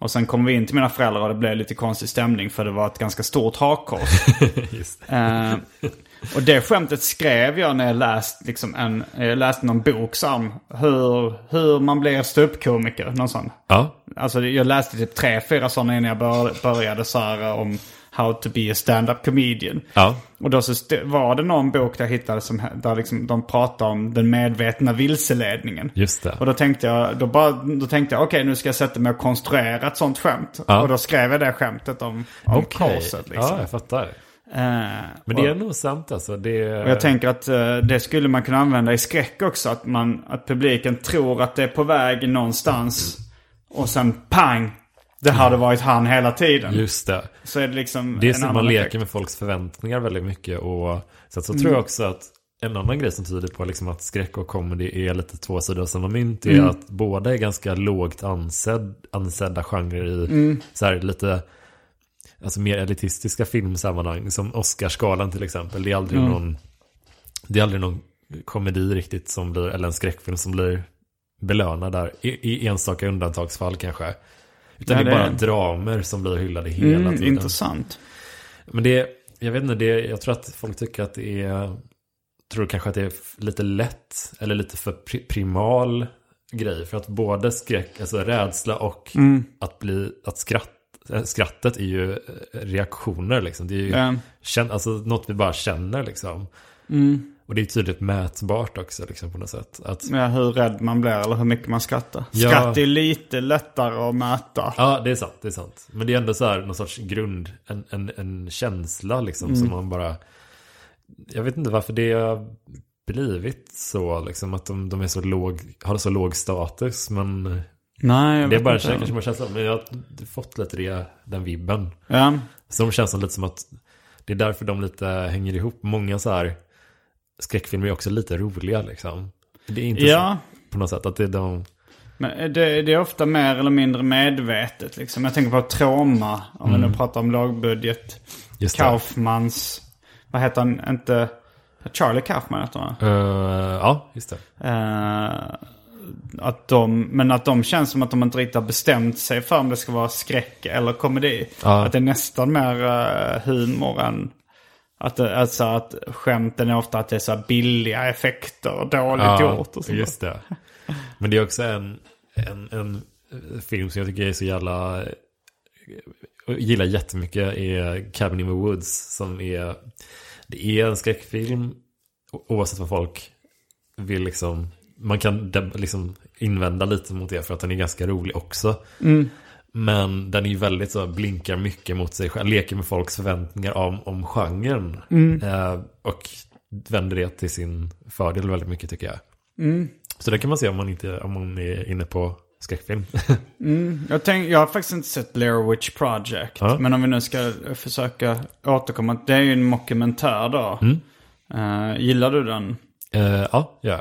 Och sen kom vi in till mina föräldrar och det blev lite konstig stämning för det var ett ganska stort hakkors. Just det. Eh, och det skämtet skrev jag när jag läste, liksom en, jag läste någon bok om hur, hur man blir ståuppkomiker. Någon sån. Ja. Alltså jag läste typ tre, fyra sådana innan jag bör, började så här om how to be a stand-up comedian. Ja. Och då så st- var det någon bok där jag hittade som, där liksom de pratade om den medvetna vilseledningen. Just det. Och då tänkte jag, då bara, då tänkte jag okej, okay, nu ska jag sätta mig och konstruera ett sånt skämt. Ja. Och då skrev jag det skämtet om, om okay. korset liksom. Ja, jag fattar. Uh, Men det är nog sant alltså. Det... Och jag tänker att uh, det skulle man kunna använda i skräck också. Att, man, att publiken tror att det är på väg någonstans. Och sen pang! Det hade varit han hela tiden. Just det. Så är det liksom det är en som annan man leker effekt. med folks förväntningar väldigt mycket. Och så, så Mm. tror jag också att en annan grej som tyder på liksom att skräck och comedy är lite två sidor av samma mynt är Mm. att båda är ganska lågt ansedd, ansedda genrer i Mm. så här lite alltså mer elitistiska filmsammanhang som Oscarsgalan till exempel. Det är aldrig Mm. någon det är aldrig någon komedi riktigt som blir, eller en skräckfilm som blir belönad där i, i enstaka undantagsfall kanske. Utan Ja, det är bara det- dramer som blir hyllade hela Mm, tiden. intressant. Men det, jag vet inte, det, jag tror att folk tycker att det är, tror kanske att det är lite lätt eller lite för pri- primal grej. För att både skräck, alltså rädsla och Mm. att bli, att skratt, äh, skrattet är ju reaktioner liksom. Det är ju Ja. känn, alltså något vi bara känner liksom. Mm. Och det är tydligt mätbart också liksom på något sätt. Att, Ja, hur rädd man blir eller hur mycket man skrattar. Ja. Skratt är lite lättare att mäta. ja, det är sant, det är sant. Men det är ändå så här någon sorts grund, en, en, en känsla liksom Mm. som man bara, jag vet inte varför det har blivit så liksom att de, de är så låg, har så låg status, men Nej, jag det är vet bara inte. kanske man känns som, men jag har fått lite det, den vibben. Ja. Så de känns som lite som att det är därför de lite hänger ihop. Många så här skräckfilmer är också lite roliga liksom. Det är inte Ja. så, på något sätt att det är de... Men det, det är ofta mer eller mindre medvetet liksom. Jag tänker på Trauma, om vi nu pratar om lågbudget. Just det. Kaufmans, vad heter han, inte Charlie Kaufman heter han? Uh, ja, just det. Eh, att de, men att de känns som att de inte riktigt har bestämt sig för om det ska vara skräck eller komedi. Ja. Att det är nästan mer uh, humor än att, det, alltså att skämten är ofta att det är så här billiga effekter och dåligt gjort och sånt. just det. Men det är också en, en, en film som jag tycker är så jävla, jag gillar jättemycket, är Cabin in the Woods, som är, det är en skräckfilm oavsett vad folk vill liksom, man kan liksom invända lite mot det för att den är ganska rolig också. Mm. Men den är ju väldigt så, blinkar mycket mot sig själv, leker med folks förväntningar om, om genren. Mm. Eh, och vänder det till sin fördel väldigt mycket tycker jag. Mm. Så det kan man se om man, inte, om man är inne på skräckfilm. Mm. Jag, tänk, jag har faktiskt inte sett Blair Witch Project. Ja. Men om vi nu ska försöka återkomma. Det är ju en mockumentär då. Mm. Uh, gillar du den? Eh, ja, ja.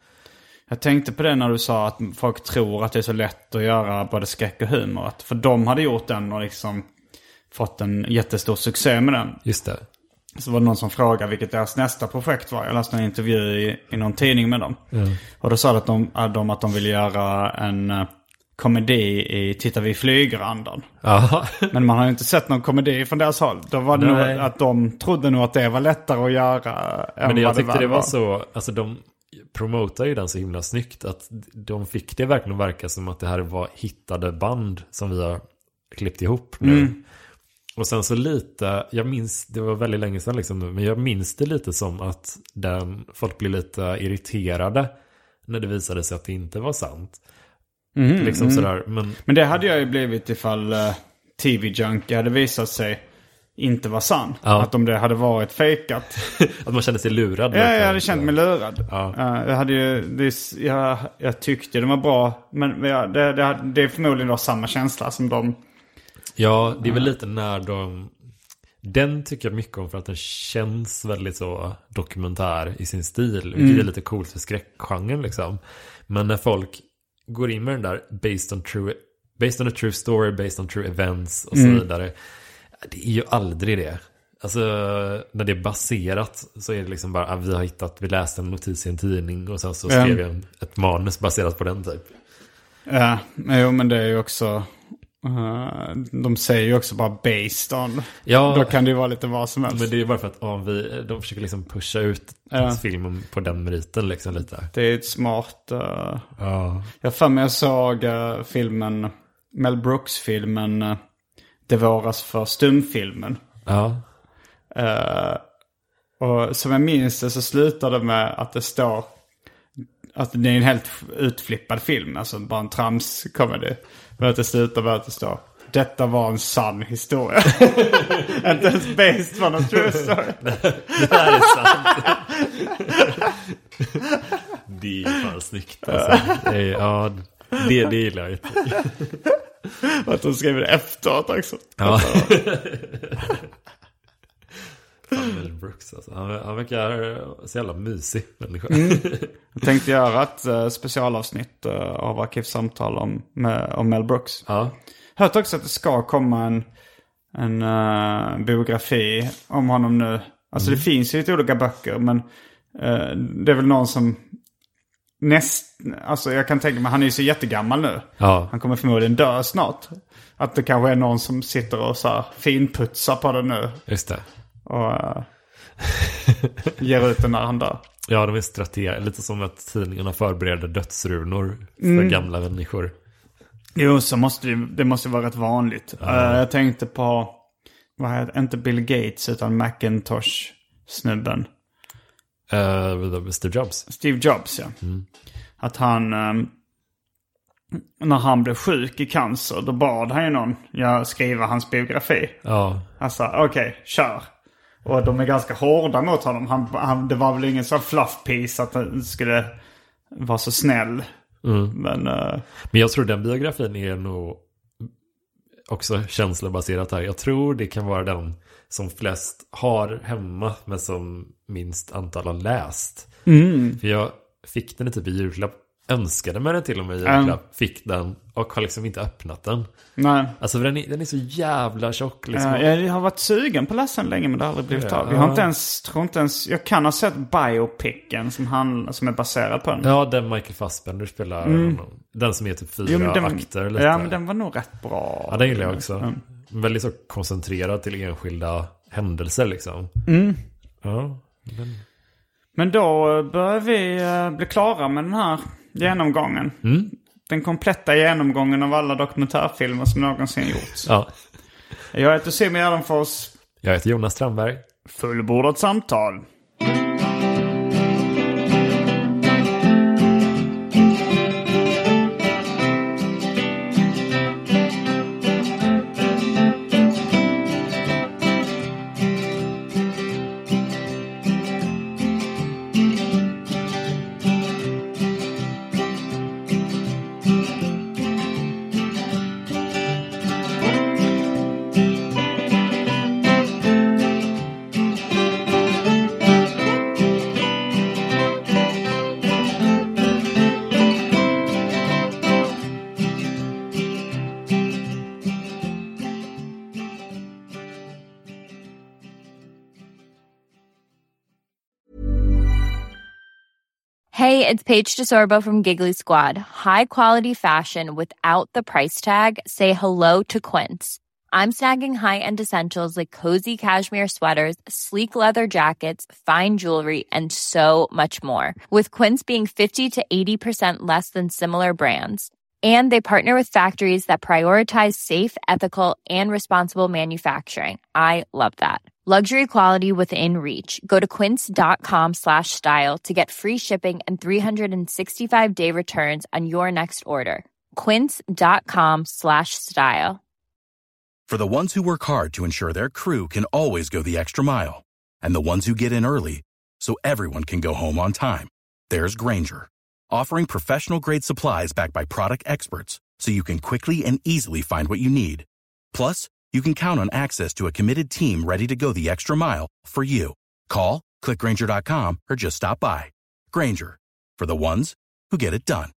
Jag tänkte på det när du sa att folk tror att det är så lätt att göra både skräck och humor. Att för de hade gjort den och liksom fått en jättestor succé med den. Just det. Så var det någon som frågade vilket deras nästa projekt var. Jag läste en intervju i, i någon tidning med dem. Mm. Och då sa att de, att de att de ville göra en uh, komedi i Tittar vi flyger-andan. Aha. Men man har ju inte sett någon komedi från deras håll. Då var det nog Nej. att de trodde nog att det var lättare att göra än Men det, jag vad det tyckte väl det var så, alltså de promotar ju den så himla snyggt att de fick det verkligen verka som att det här var hittade band som vi har klippt ihop nu. Mm. Och sen så lite, jag minns, det var väldigt länge sedan liksom nu, men jag minns det lite som att den, folk blev lite irriterade när det visade sig att det inte var sant. Mm, liksom mm. sådär, men... Men det hade jag ju blivit ifall uh, T V-junkie hade visat sig inte vara sann. Ja. Att om det hade varit fejkat. att man kände sig lurad. Ja, jag hade känt mig lurad. Ja. Uh, jag, hade ju, det, jag, jag tyckte den var bra. Men ja, det, det, det är förmodligen då samma känsla som de... Ja, det är väl lite när de... Den tycker jag mycket om för att den känns väldigt så dokumentär i sin stil. Vilket Mm. är lite coolt för skräckgenren liksom. Men när folk går in med den där based on true, based on a true story, based on true events och så Mm. vidare. Det är ju aldrig det. Alltså när det är baserat så är det liksom bara att vi har hittat, vi läste en notis i en tidning och sen så skrev Mm. jag en, ett manus baserat på den typ. Ja, jo, men det är ju också... Uh, de säger ju också bara based on. Ja, då kan det ju vara lite vad som helst. Men det är ju bara för att ja, vi, de försöker liksom pusha ut uh. filmen på den meriten liksom lite. Det är ett smart... Uh... Uh. Jag för mig jag såg uh, filmen, Mel Brooks-filmen uh, Det våras för stumfilmen. Ja. Uh, och som jag minns det så slutar det med att det står att det är en helt utflippad film, alltså bara en trams-komedi. Men att det slutar med att det står detta var en sann historia. Inte ens based on a true story. Det här är sant. Det är fan snyggt alltså. Det är, ja, det, det gillar jag. Och att de skriver det efteråt också. Ja. Mel Brooks alltså. Han, han verkar så jävla mysig människa. Mm. Jag tänkte göra ett uh, specialavsnitt uh, av Arkivsamtal om, med, om Mel Brooks. Ja. Hört också att det ska komma en, en uh, biografi om honom nu. Alltså mm. det finns ju lite olika böcker, men uh, det är väl någon som näst, alltså jag kan tänka mig, han är ju så jättegammal nu. Ja. Han kommer förmodligen dö snart. Att det kanske är någon som sitter och så här finputsar på det nu. Just det. Och uh, ger ut den när han dör. Ja, de är strategiska. Lite som att tidningarna förbereder dödsrunor för mm. gamla människor. Jo, så måste det, det måste vara rätt vanligt. Ja. Uh, jag tänkte på, vad heter, inte Bill Gates utan Macintosh-snubben. Uh, mister Jobs. Steve Jobs, ja. Mm. Att han, um, när han blev sjuk i cancer, då bad han ju någon ja, skriva hans biografi. Ja. Alltså, okej, okay, kör. Och de är ganska hårda mot honom. Han, han, det var väl ingen sån fluff piece att han skulle vara så snäll. Mm. Men, uh... Men jag tror den biografin är nog också känslobaserat här. Jag tror det kan vara den som flest har hemma men som minst antal har läst. Mm. För jag fick den typ i julklapp. Önskade mig den till och med i julklapp. Mm. Fick den och har liksom inte öppnat den. Nej. Alltså den är, den är så jävla tjock liksom. Uh, jag har varit sugen på läsa den länge men det har aldrig blivit av. Jag har inte ens, tror inte ens, jag kan ha sett biopicen som, han, som är baserad på den. Ja, den Michael Fassbender spelar. Mm. Den som är typ fyra jo, den, akter. Lite. Ja, men den var nog rätt bra. Ja, den gillar jag också. Mm. Väldigt så koncentrerad till enskilda händelser liksom. Mm. Ja, men... men då börjar vi uh, bli klara med den här genomgången. Mm. Den kompletta genomgången av alla dokumentärfilmer som någonsin gjorts. Ja. Jag heter Simon Gärdenfors. Jag heter Jonas Strandberg. Fullbordat samtal. Hey, it's Paige DeSorbo from Giggly Squad. High quality fashion without the price tag. Say hello to Quince. I'm snagging high-end essentials like cozy cashmere sweaters, sleek leather jackets, fine jewelry, and so much more. With Quince being fifty to eighty percent less than similar brands. And they partner with factories that prioritize safe, ethical, and responsible manufacturing. I love that. Luxury quality within reach. Go to quince.com slash style to get free shipping and three sixty-five day returns on your next order. Quince.com slash style. For the ones who work hard to ensure their crew can always go the extra mile, and the ones who get in early so everyone can go home on time, there's Grainger, offering professional-grade supplies backed by product experts so you can quickly and easily find what you need. Plus, you can count on access to a committed team ready to go the extra mile for you. Call, click Grainger dot com, or just stop by. Grainger, for the ones who get it done.